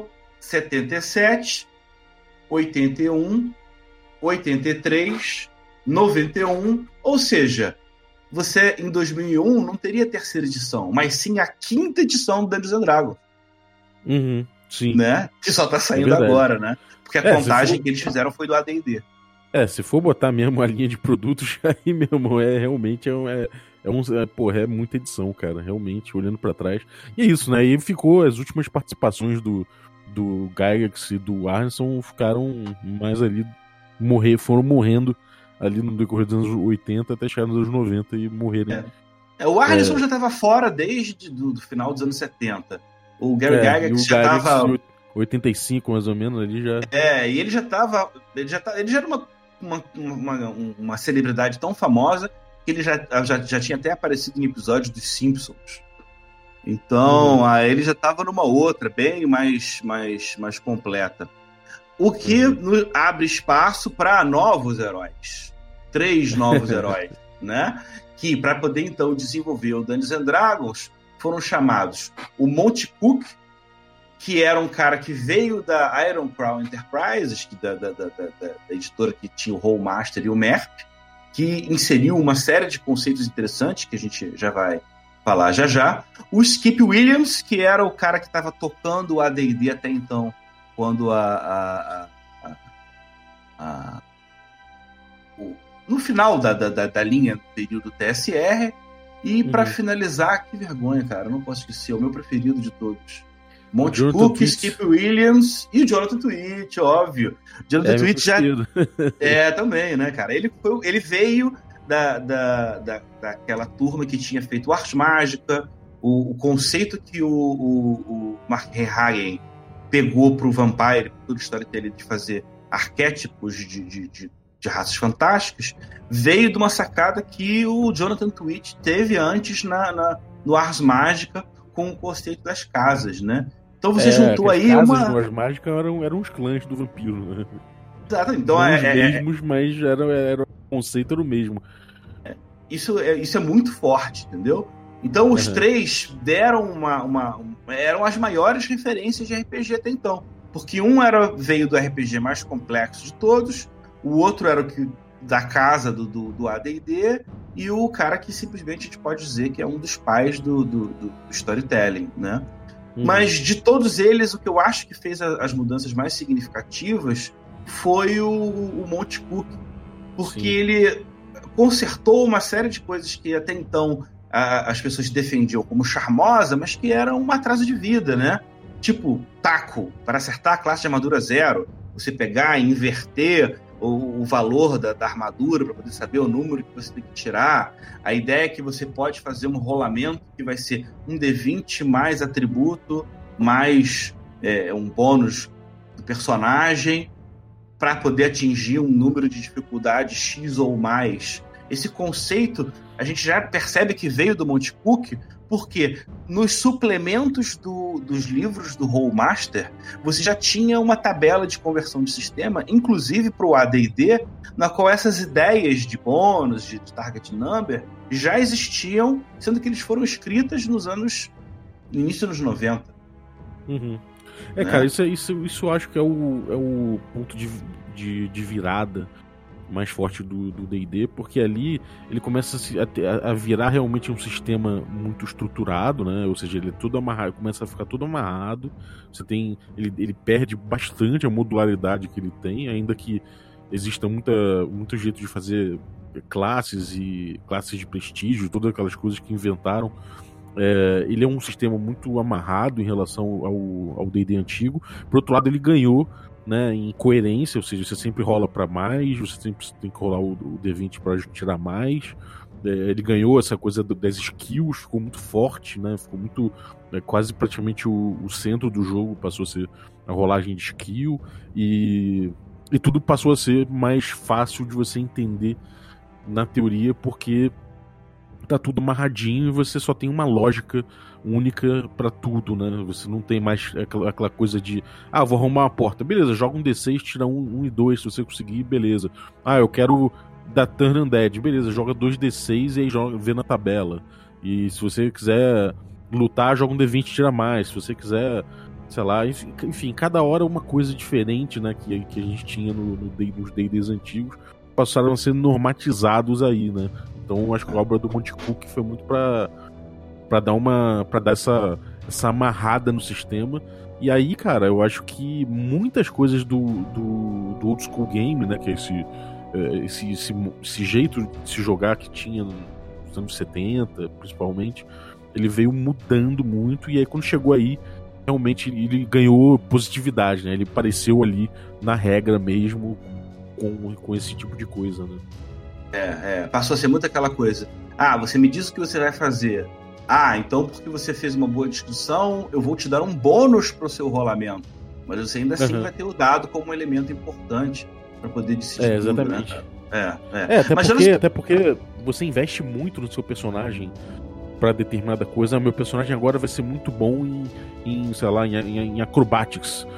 77, 81, 83, 91, ou seja, você em 2001 não teria a terceira edição, mas sim a 5ª edição do Dungeons & Dragons. Sim. Né? Que só tá saindo agora, né? Porque a contagem que eles fizeram foi do AD&D. Se for botar mesmo a linha de produtos, aí mesmo, realmente é muita edição, cara, realmente, olhando pra trás. E é isso, né? E ficou, as últimas participações do Gygax e do Arneson ficaram mais ali, foram morrendo ali no decorrer dos anos 80 até chegar nos anos 90 e morrerem. O Arneson já tava fora desde do final dos anos 70. O Gary Gygax já tava... 85, mais ou menos, ali já... E ele já tava... Ele já era uma celebridade tão famosa que ele já tinha até aparecido em episódios dos Simpsons. Então, ele já estava numa outra, bem mais completa. O que abre espaço para novos heróis. 3 novos heróis, né? Que, para poder, então, desenvolver o Dungeons & Dragons, foram chamados o Monte Cook, que era um cara que veio da Iron Crown Enterprises, da editora que tinha o Rollmaster e o MERP, que inseriu uma série de conceitos interessantes, que a gente já vai falar já. O Skip Williams, que era o cara que estava tocando o AD&D até então, quando no final da linha do período TSR. E para finalizar, que vergonha, cara, eu não posso esquecer, é o meu preferido de todos. Monte Cook, Skip Williams e o Jonathan Twitch, óbvio. Jonathan Twitch já... também, né, cara? Ele veio daquela turma que tinha feito Arte Mágica, o conceito que o Mark Hagen pegou pro Vampire, toda a história dele de fazer arquétipos de raças fantásticas, veio de uma sacada que o Jonathan Twitch teve antes no Ars Mágica, com o conceito das casas, né? Então você juntou aí as casas no Ars Mágica eram os clãs do vampiro, né? Exato, então os mesmos, mas o conceito era o mesmo. Isso é muito forte, entendeu? Então os 3 deram eram as maiores referências de RPG até então, porque veio do RPG mais complexo de todos, o outro era da casa do AD&D, e o cara que simplesmente a gente pode dizer que é um dos pais do storytelling, né? Mas de todos eles, o que eu acho que fez as mudanças mais significativas foi o Monte Cook, porque ele consertou uma série de coisas que até então as pessoas defendiam como charmosa, mas que eram um atraso de vida, né? Tipo, taco, para acertar a classe de armadura 0, você pegar e inverter o valor da armadura para poder saber o número que você tem que tirar. A ideia é que você pode fazer um rolamento que vai ser um D20 mais atributo, mais um bônus do personagem. para poder atingir um número de dificuldade X ou mais. Esse conceito a gente já percebe que veio do Monte Cook, porque nos suplementos dos livros do Rolemaster, você já tinha uma tabela de conversão de sistema, inclusive para o AD&D, na qual essas ideias de bônus, de target number, já existiam, sendo que eles foram escritas no início dos 90. Uhum. Né? Cara, isso eu acho que é o ponto de virada mais forte do D&D, porque ali ele começa a virar realmente um sistema muito estruturado, né? Ou seja, ele é todo amarrado, começa a ficar todo amarrado. Ele perde bastante a modularidade que ele tem, ainda que exista muito jeito de fazer classes e classes de prestígio, todas aquelas coisas que inventaram. Ele é um sistema muito amarrado em relação ao D&D antigo. Por outro lado, ele ganhou, né, em coerência, ou seja, você sempre rola para mais, você sempre tem que rolar o D20 para tirar mais. Ele ganhou essa coisa das skills, ficou muito forte, né? Ficou muito, quase praticamente o centro do jogo passou a ser a rolagem de skill, e tudo passou a ser mais fácil de você entender na teoria, porque tá tudo amarradinho e você só tem uma lógica única pra tudo, né? Você não tem mais aquela coisa de vou arrumar uma porta, beleza, joga um D6, tira 1 e 2 se você conseguir, beleza. Eu quero dar turn undead, beleza, joga 2 D6 e aí vê na tabela. E se você quiser lutar, joga um D20 e tira mais. Se você quiser, sei lá, enfim, cada hora uma coisa diferente, né, que a gente tinha nos D&Ds antigos, passaram a ser normatizados aí, né? Então acho que a obra do Monte Cook foi muito pra dar essa amarrada no sistema. E aí, cara, eu acho que muitas coisas do old school game, né, que é esse jeito de se jogar que tinha nos anos 70, principalmente, ele veio mudando muito, e aí quando chegou aí, realmente ele ganhou positividade, né? Ele apareceu ali na regra mesmo com esse tipo de coisa, né? Passou a ser muito aquela coisa. Você me diz o que você vai fazer. Então porque você fez uma boa descrição, eu vou te dar um bônus pro seu rolamento. Mas você ainda assim vai ter o dado como um elemento importante para poder decidir. Exatamente. Tudo, né? Até porque você investe muito no seu personagem para determinada coisa. Meu personagem agora vai ser muito bom em acrobatics.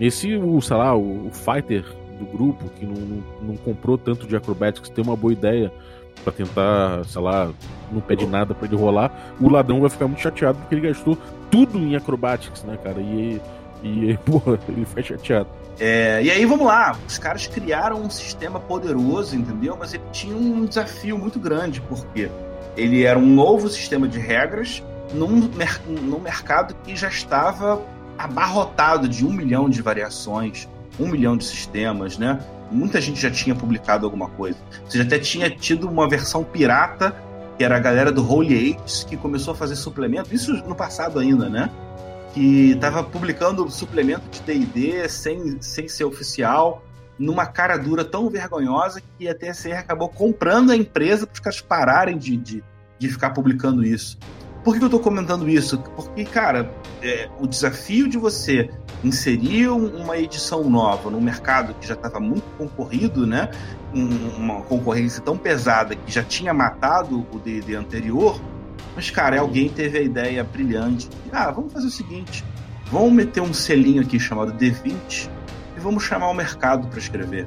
O fighter do grupo que não comprou tanto de acrobatics tem uma boa ideia pra tentar, sei lá, não pede nada pra ele rolar, o ladrão vai ficar muito chateado porque ele gastou tudo em acrobatics, né, cara? E porra, ele fica chateado. E aí, vamos lá, os caras criaram um sistema poderoso, entendeu? Mas ele tinha um desafio muito grande, porque ele era um novo sistema de regras num mercado que já estava abarrotado de 1 milhão de variações, 1 milhão de sistemas, né? Muita gente já tinha publicado alguma coisa. Você já até tinha tido uma versão pirata, que era a galera do Holy Ages, que começou a fazer suplemento, isso no passado ainda, né? Que estava publicando suplemento de D&D sem ser oficial, numa cara dura tão vergonhosa que a TSR acabou comprando a empresa para os caras pararem de ficar publicando isso. Por que eu estou comentando isso? Porque, cara, o desafio de você inserir uma edição nova num mercado que já estava muito concorrido, né? Uma concorrência tão pesada que já tinha matado o D&D anterior, mas, cara, alguém teve a ideia brilhante de, vamos fazer o seguinte, vamos meter um selinho aqui chamado D20 e vamos chamar o mercado para escrever.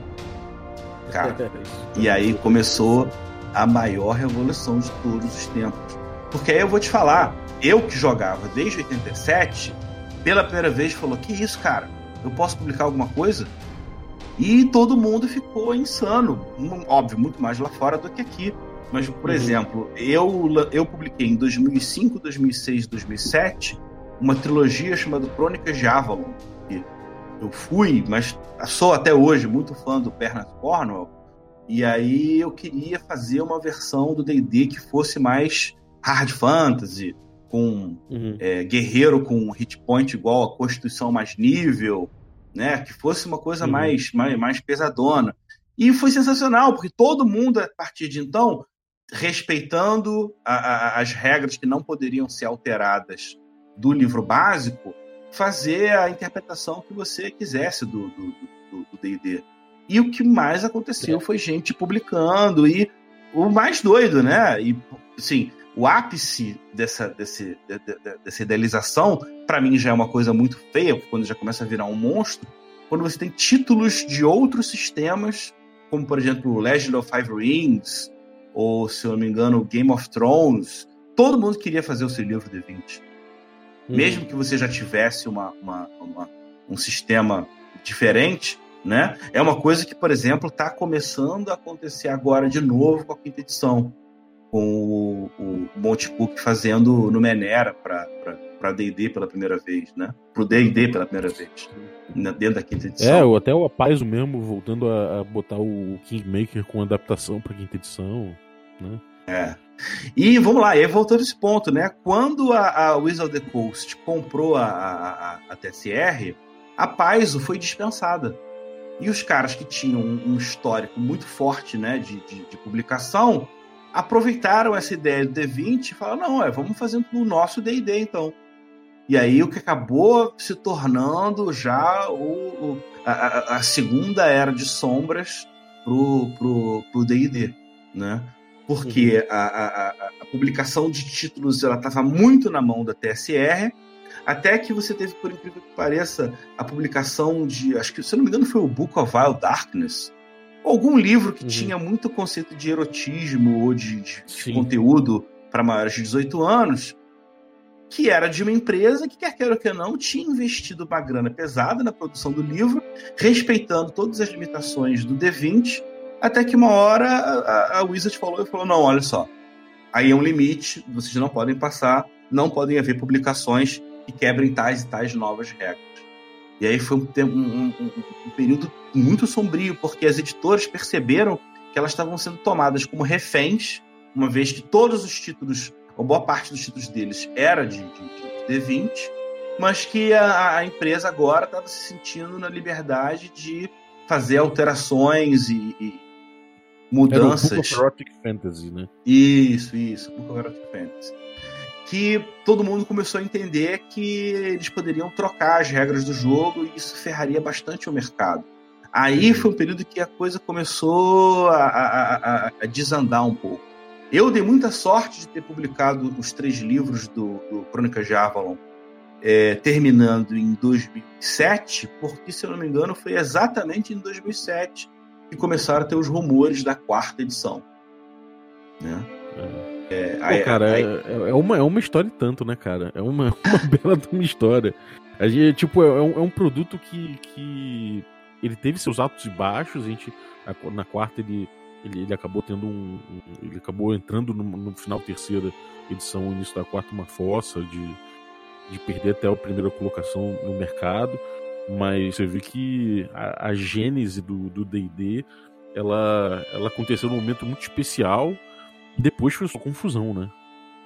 Cara, e aí começou a maior revolução de todos os tempos. Porque aí eu vou te falar, eu que jogava desde 87, pela primeira vez falou, que isso, cara? Eu posso publicar alguma coisa? E todo mundo ficou insano. Óbvio, muito mais lá fora do que aqui. Mas, por exemplo, eu publiquei em 2005, 2006 e 2007 uma trilogia chamada Crônicas de Avalon. Eu fui, mas sou até hoje muito fã do Bernard Cornwell. E aí eu queria fazer uma versão do D&D que fosse mais hard fantasy, com guerreiro com hit point igual a constituição mais nível, né? Que fosse uma coisa mais pesadona. E foi sensacional, porque todo mundo, a partir de então, respeitando as regras que não poderiam ser alteradas do livro básico, fazer a interpretação que você quisesse do do D&D. E o que mais aconteceu foi gente publicando, e o mais doido, né? E, assim, o ápice dessa idealização, para mim já é uma coisa muito feia, quando já começa a virar um monstro, quando você tem títulos de outros sistemas, como, por exemplo, Legend of Five Rings, ou, se eu não me engano, Game of Thrones. Todo mundo queria fazer o seu livro D20. Mesmo que você já tivesse um sistema diferente, né? É uma coisa que, por exemplo, está começando a acontecer agora de novo com a 5ª edição, com o Monte Cook fazendo Numenera para D&D pela primeira vez, né? Pro D&D pela primeira vez, dentro da 5ª edição. Até o Apaiso mesmo voltando a botar o Kingmaker com adaptação para 5ª edição, né? E vamos lá, e voltando a esse ponto, né? Quando a Wizard of the Coast comprou a TSR, a Paizo foi dispensada. E os caras que tinham um histórico muito forte, né, de publicação, aproveitaram essa ideia do D20 e falaram, não, vamos fazer o nosso D&D, então. E aí o que acabou se tornando já a segunda era de sombras pro D&D, né? Porque a publicação de títulos ela estava muito na mão da TSR, até que você teve, por incrível que pareça, a publicação de, acho que, se eu não me engano, foi o Book of Wild Darkness, algum livro que tinha muito conceito de erotismo ou de conteúdo para maiores de 18 anos, que era de uma empresa que, quer queira ou quer não, tinha investido uma grana pesada na produção do livro, respeitando todas as limitações do D20, até que uma hora a Wizard falou, não, olha só, aí é um limite, vocês não podem passar, não podem haver publicações que quebrem tais e tais novas regras. E aí foi um período muito sombrio, porque as editoras perceberam que elas estavam sendo tomadas como reféns, uma vez que todos os títulos, ou boa parte dos títulos deles era de D20, mas que a empresa agora estava se sentindo na liberdade de fazer alterações e mudanças. Era o Book of Erotic Fantasy, né? Isso, Book of Erotic Fantasy. Que todo mundo começou a entender que eles poderiam trocar as regras do jogo e isso ferraria bastante o mercado. Aí foi um período que a coisa começou a desandar um pouco. Eu dei muita sorte de ter publicado os 3 livros do Crônicas de Avalon, terminando em 2007, porque, se eu não me engano, foi exatamente em 2007 que começaram a ter os rumores da 4ª edição. Né? É uma história e tanto, né, cara? É uma bela de uma história. A gente, tipo, é um produto que ele teve seus altos e baixos. A gente, na 4ª ele acabou tendo ele acabou entrando no final da 3ª edição, início da 4ª, uma fossa de perder até a primeira colocação no mercado. Mas você vê que a gênese do D&D ela aconteceu num momento muito especial. Depois foi só confusão, né?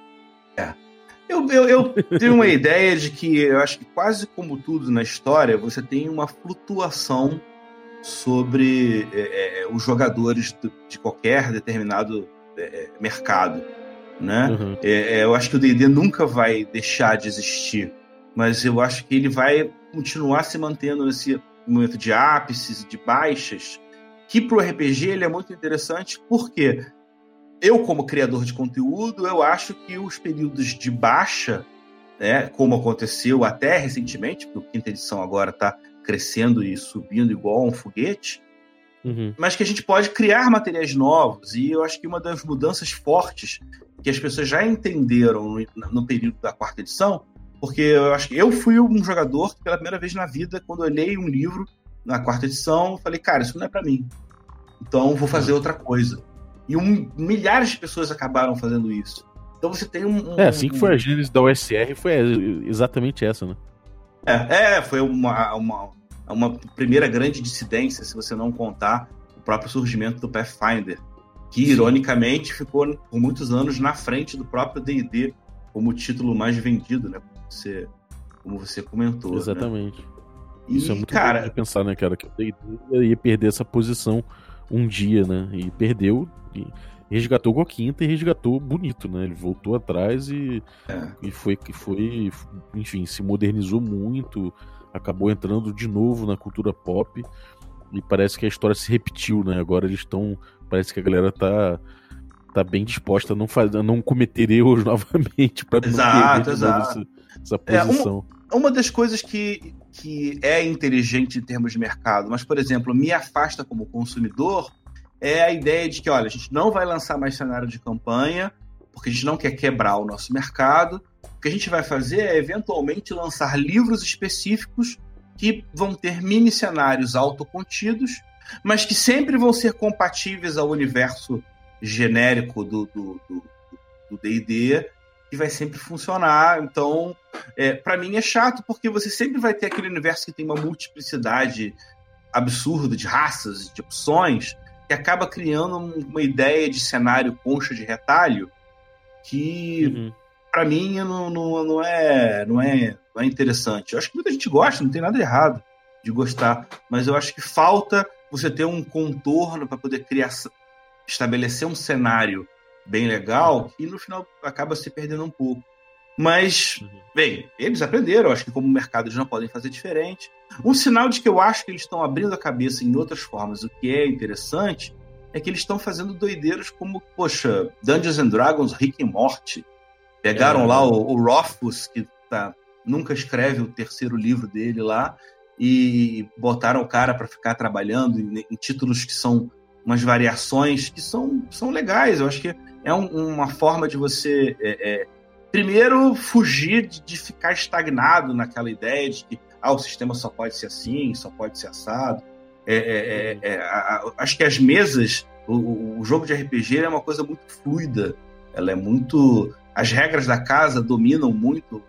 Eu tenho uma ideia de que eu acho que quase como tudo na história, você tem uma flutuação sobre os jogadores de qualquer determinado mercado, né? Eu acho que o D&D nunca vai deixar de existir, mas eu acho que ele vai continuar se mantendo nesse momento de ápices e de baixas, que pro RPG ele é muito interessante, porque eu, como criador de conteúdo, eu acho que os períodos de baixa, como aconteceu até recentemente, porque a 5ª edição agora está crescendo e subindo igual um foguete, mas que a gente pode criar materiais novos, e eu acho que uma das mudanças fortes que as pessoas já entenderam no período da 4ª edição, porque eu acho que eu fui um jogador que, pela primeira vez na vida, quando eu olhei um livro na 4ª edição, eu falei, cara, isso não é para mim, então vou fazer outra coisa. E milhares de pessoas acabaram fazendo isso. Então você tem assim que foi a gênese da OSR, foi exatamente essa, né? Foi uma primeira grande dissidência, se você não contar o próprio surgimento do Pathfinder, que, ironicamente, ficou por muitos anos na frente do próprio D&D, como o título mais vendido, né? Como você comentou. Exatamente. Né? Isso é muito bom de pensar, né, cara? Que o D&D ia perder essa posição um dia, né? E perdeu, e resgatou com a 5ª e resgatou bonito, né? Ele voltou atrás e foi, enfim, se modernizou muito, acabou entrando de novo na cultura pop E parece que a história se repetiu, né? Agora eles estão... Parece que a galera tá bem disposta a não cometer erros novamente para não perder essa posição. Uma das coisas que é inteligente em termos de mercado, mas, por exemplo, me afasta como consumidor, é a ideia de que, olha, a gente não vai lançar mais cenário de campanha, porque a gente não quer quebrar o nosso mercado. O que a gente vai fazer é, eventualmente, lançar livros específicos que vão ter mini cenários autocontidos, mas que sempre vão ser compatíveis ao universo genérico do D&D, que vai sempre funcionar. Então, para mim é chato, porque você sempre vai ter aquele universo que tem uma multiplicidade absurda de raças, de opções, que acaba criando uma ideia de cenário concha de retalho que, para mim, não é interessante. Eu acho que muita gente gosta, não tem nada de errado de gostar, mas eu acho que falta você ter um contorno para poder estabelecer um cenário bem legal e no final acaba se perdendo um pouco. Mas, bem, eles aprenderam, acho que como mercado eles não podem fazer diferente. Um sinal de que eu acho que eles estão abrindo a cabeça em outras formas, o que é interessante, é que eles estão fazendo doideiras como, poxa, Dungeons and Dragons, Rick e Morty. Pegaram lá o Rothfuss, que nunca escreve o terceiro livro dele lá, e botaram o cara para ficar trabalhando em títulos que são umas variações que são legais. Eu acho que é uma forma de você, primeiro, fugir de ficar estagnado naquela ideia de que o sistema só pode ser assim, só pode ser assado. Acho que as mesas, o jogo de RPG é uma coisa muito fluida. Ela é muito... As regras da casa dominam muito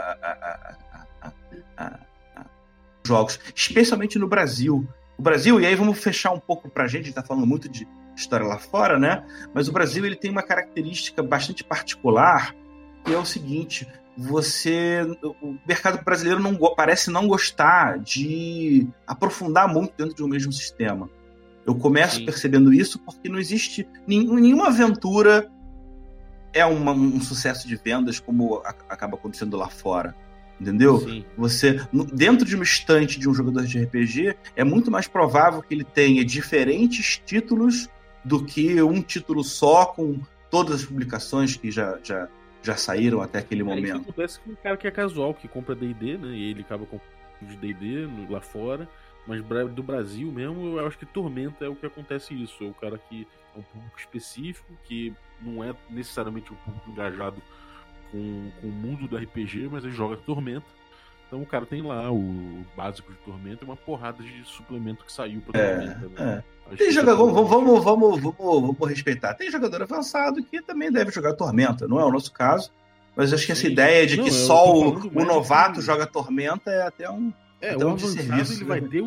jogos, especialmente no Brasil. O Brasil, e aí vamos fechar um pouco pra gente, a gente tá falando muito de história lá fora, né? Mas o Brasil, ele tem uma característica bastante particular, que é o seguinte: o mercado brasileiro parece não gostar de aprofundar muito dentro de um mesmo sistema. Eu começo percebendo isso porque não existe nenhuma aventura um sucesso de vendas como acaba acontecendo lá fora. Entendeu? Sim. Você, dentro de uma estante de um jogador de RPG, é muito mais provável que ele tenha diferentes títulos do que um título só com todas as publicações que já saíram até aquele momento. Isso acontece com um cara que é casual, que compra D&D, né? E ele acaba comprando de D&D lá fora. Mas do Brasil mesmo, eu acho que Tormenta é o que acontece isso. É o cara que é um público específico, que não é necessariamente um público engajado com o mundo do RPG, mas ele joga Tormenta. Então o cara tem lá o básico de Tormenta e uma porrada de suplemento que saiu pra Tormenta. Né? Tem jogador, vamos respeitar. Tem jogador avançado que também deve jogar Tormenta, não é o nosso caso, mas acho que essa ideia de que só o novato joga Tormenta é até um... o avançado ele vai ter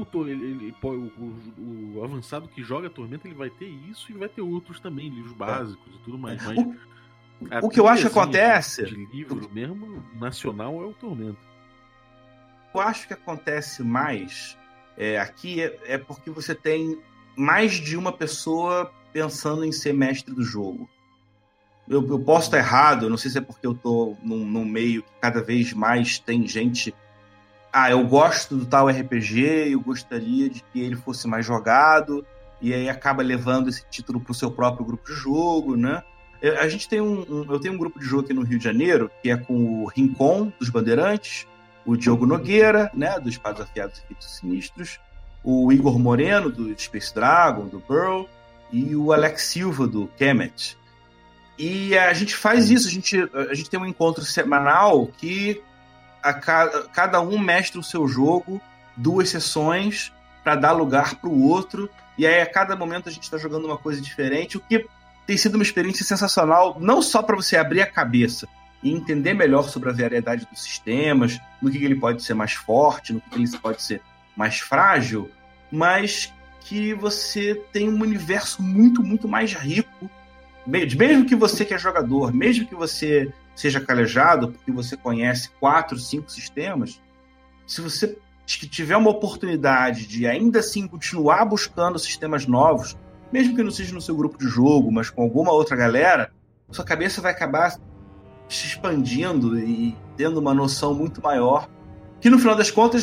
o avançado que joga Tormenta, ele vai ter isso e vai ter outros também, livros básicos e tudo mais. Mas o que eu acho que acontece... De livro mesmo, nacional, é o Tormenta. Eu acho que acontece mais aqui é porque você tem mais de uma pessoa pensando em ser mestre do jogo. Eu posso estar errado, eu não sei se é porque eu tô num meio que cada vez mais tem gente... eu gosto do tal RPG, eu gostaria de que ele fosse mais jogado, e aí acaba levando esse título para o seu próprio grupo de jogo, né? A gente tem eu tenho um grupo de jogo aqui no Rio de Janeiro, que é com o Rincon, dos Bandeirantes, o Diogo Nogueira, né, dos Espadas Afiados e Feitos Sinistros, o Igor Moreno, do Space Dragon, do Burl, e o Alex Silva, do Kemet. E a gente faz isso, a gente tem um encontro semanal que cada um mestra o seu jogo, 2 sessões, para dar lugar para o outro, e aí a cada momento a gente está jogando uma coisa diferente, o que tem sido uma experiência sensacional, não só para você abrir a cabeça e entender melhor sobre a variedade dos sistemas, no que ele pode ser mais forte, no que ele pode ser mais frágil, mas que você tem um universo muito, muito mais rico, mesmo que você que é jogador, mesmo que você seja calejado, porque você conhece 4, 5 sistemas, se você tiver uma oportunidade de ainda assim continuar buscando sistemas novos, mesmo que não seja no seu grupo de jogo, mas com alguma outra galera, sua cabeça vai acabar se expandindo e tendo uma noção muito maior, que no final das contas vai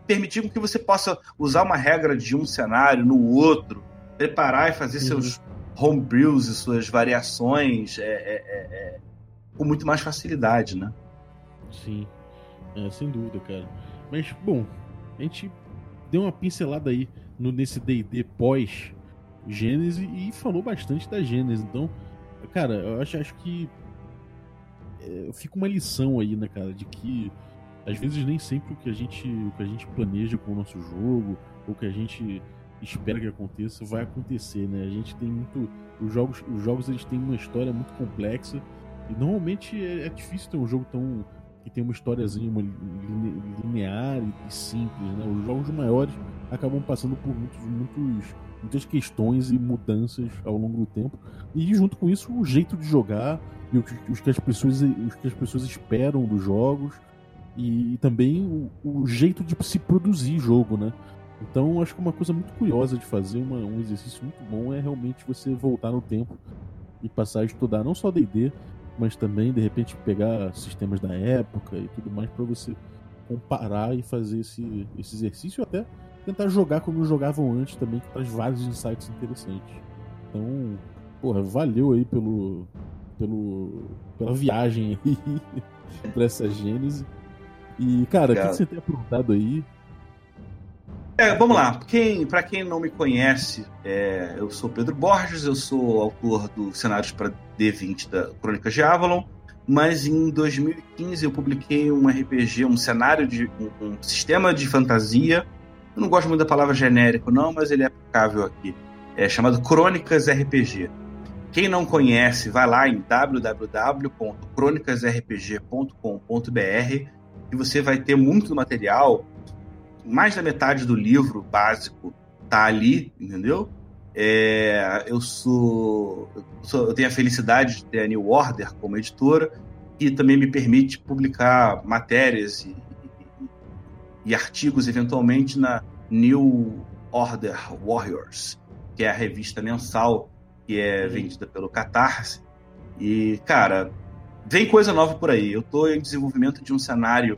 permitir que você possa usar uma regra de um cenário no outro, preparar e fazer seus homebrews e suas variações com muito mais facilidade, né? Sim, sem dúvida, cara. Mas, bom, a gente deu uma pincelada aí nesse D&D pós-Gênese e falou bastante da Gênese. Então, cara, eu acho que fica uma lição aí, né, cara, de que às vezes nem sempre o que a gente planeja com o nosso jogo, ou que a gente espera que aconteça, vai acontecer, né? A gente tem muito... Os jogos eles têm uma história muito complexa e normalmente é difícil ter um jogo que tem uma historiazinha linear e simples, né? Os jogos maiores acabam passando por muitas questões e mudanças ao longo do tempo, e junto com isso o jeito de jogar e o que as pessoas esperam dos jogos, e também o jeito de se produzir jogo, né? Então acho que uma coisa muito curiosa de fazer, um exercício muito bom, é realmente você voltar no tempo e passar a estudar não só D&D, mas também de repente pegar sistemas da época e tudo mais para você comparar e fazer esse exercício, até tentar jogar como jogavam antes também, que traz vários insights interessantes. Então, porra, valeu aí pela viagem aí pra essa Gênese. E, cara, o que você tem aprontado aí? Vamos lá. Pra quem não me conhece, eu sou Pedro Borges, eu sou autor do cenários para D20 da Crônicas de Avalon, mas em 2015 eu publiquei um RPG, um cenário um sistema de fantasia. Eu não gosto muito da palavra genérico, não, mas ele é aplicável aqui. É chamado Crônicas RPG. Quem não conhece, vai lá em www.cronicasrpg.com.br e você vai ter muito material. Mais da metade do livro básico tá ali, entendeu? Eu tenho a felicidade de ter a New Order como editora, que também me permite publicar matérias e artigos, eventualmente, na New Order Warriors, que é a revista mensal que é vendida pelo Catarse. E, cara, vem coisa nova por aí. Eu estou em desenvolvimento de um cenário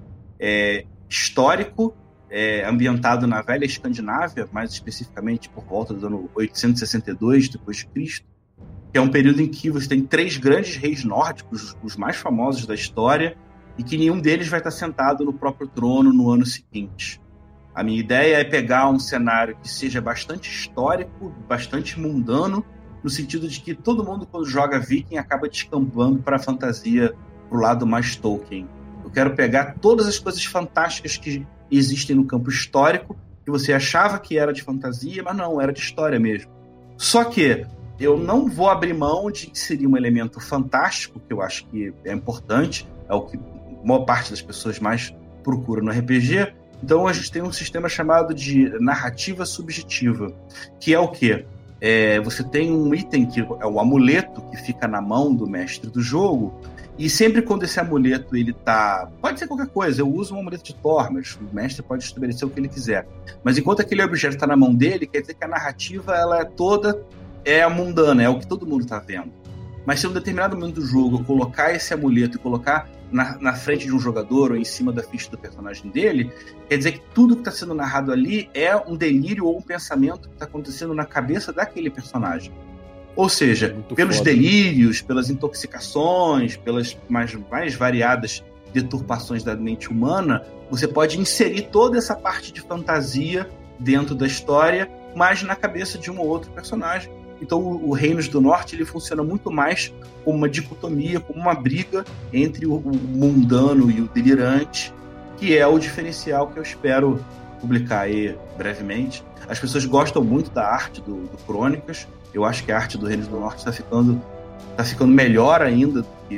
histórico, ambientado na velha Escandinávia, mais especificamente por volta do ano 862 depois de Cristo, que é um período em que você tem 3 grandes reis nórdicos, os mais famosos da história, e que nenhum deles vai estar sentado no próprio trono no ano seguinte. A minha ideia é pegar um cenário que seja bastante histórico, bastante mundano, no sentido de que todo mundo, quando joga Viking, acaba descampando para a fantasia, para o lado mais Tolkien. Eu quero pegar todas as coisas fantásticas que existem no campo histórico, que você achava que era de fantasia, mas não, era de história mesmo. Só que eu não vou abrir mão de inserir um elemento fantástico, que eu acho que é importante, é o que a maior parte das pessoas mais procura no RPG. Então a gente tem um sistema chamado de narrativa subjetiva, que é o quê? Você tem um item que é o amuleto, que fica na mão do mestre do jogo, e sempre quando esse amuleto ele tá... Pode ser qualquer coisa, eu uso um amuleto de Thor, mas o mestre pode estabelecer o que ele quiser. Mas enquanto aquele objeto está na mão dele, quer dizer que a narrativa ela toda é mundana, é o que todo mundo está vendo. Mas se em um determinado momento do jogo eu colocar esse amuleto e colocar na frente de um jogador ou em cima da ficha do personagem dele, quer dizer que tudo que está sendo narrado ali é um delírio ou um pensamento que está acontecendo na cabeça daquele personagem. Ou seja, pelos delírios, pelas intoxicações, pelas mais variadas deturpações da mente humana, você pode inserir toda essa parte de fantasia dentro da história, mas na cabeça de um ou outro personagem. Então o Reinos do Norte ele funciona muito mais como uma dicotomia, como uma briga entre o mundano e o delirante, que é o diferencial que eu espero publicar aí brevemente. As pessoas gostam muito da arte do Crônicas. Eu acho que a arte do Reinos do Norte está ficando melhor ainda do que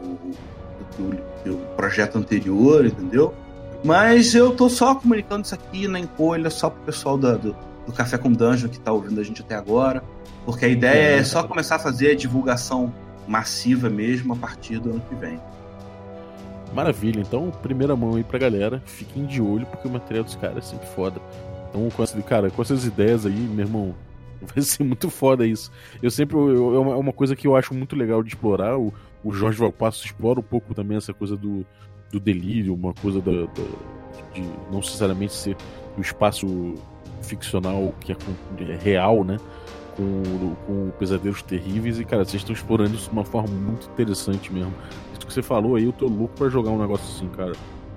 o projeto anterior, entendeu? Mas eu tô só comunicando isso aqui na encolha, só pro pessoal do Café com Dungeon que tá ouvindo a gente até agora, porque a ideia é só começar a fazer a divulgação massiva mesmo a partir do ano que vem. Maravilha, então primeira mão aí pra galera, fiquem de olho porque o material dos caras é sempre foda. Então com essas ideias aí, meu irmão, vai ser muito foda isso. É uma coisa que eu acho muito legal de explorar. O Jorge Valpasso explora um pouco também essa coisa do delírio, uma coisa de não necessariamente ser o espaço ficcional que é real, né? Com pesadelos terríveis. E, cara, vocês estão explorando isso de uma forma muito interessante mesmo. Isso que você falou aí, eu tô louco pra jogar um negócio assim, cara.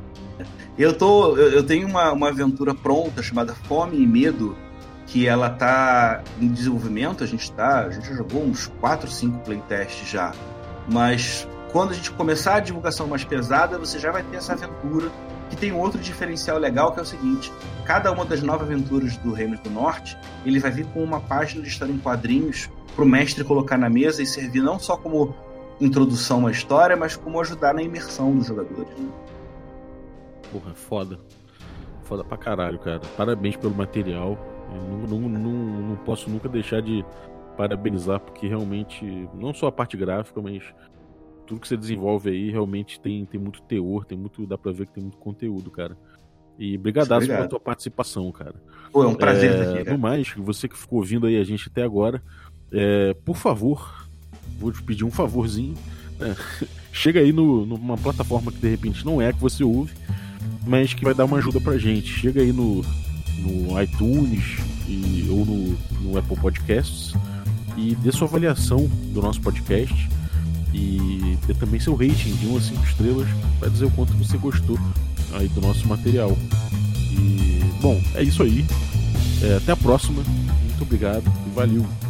Eu tenho uma aventura pronta chamada Fome e Medo, que ela tá em desenvolvimento. A gente já jogou uns 4, 5 playtests já, mas quando a gente começar a divulgação mais pesada, você já vai ter essa aventura, que tem outro diferencial legal, que é o seguinte: cada uma das 9 aventuras do Reino do Norte, ele vai vir com uma página de história em quadrinhos pro mestre colocar na mesa e servir não só como introdução à história, mas como ajudar na imersão dos jogadores, né? Porra, foda. Foda pra caralho, cara. Parabéns pelo material. Eu não posso nunca deixar de parabenizar, porque realmente, não só a parte gráfica, mas tudo que você desenvolve aí realmente tem muito teor, dá pra ver que tem muito conteúdo, cara. E brigadaço pela tua participação, cara. Pô, é um prazer estar aqui, cara. No mais, você que ficou ouvindo aí a gente até agora, por favor, vou te pedir um favorzinho, chega aí numa plataforma que de repente não é a que você ouve, mas que vai dar uma ajuda pra gente. Chega aí no iTunes ou no Apple Podcasts e dê sua avaliação do nosso podcast e dê também seu rating de 1 a 5 estrelas para dizer o quanto você gostou aí do nosso material. E, bom, é isso aí. Até a próxima. Muito obrigado e valeu.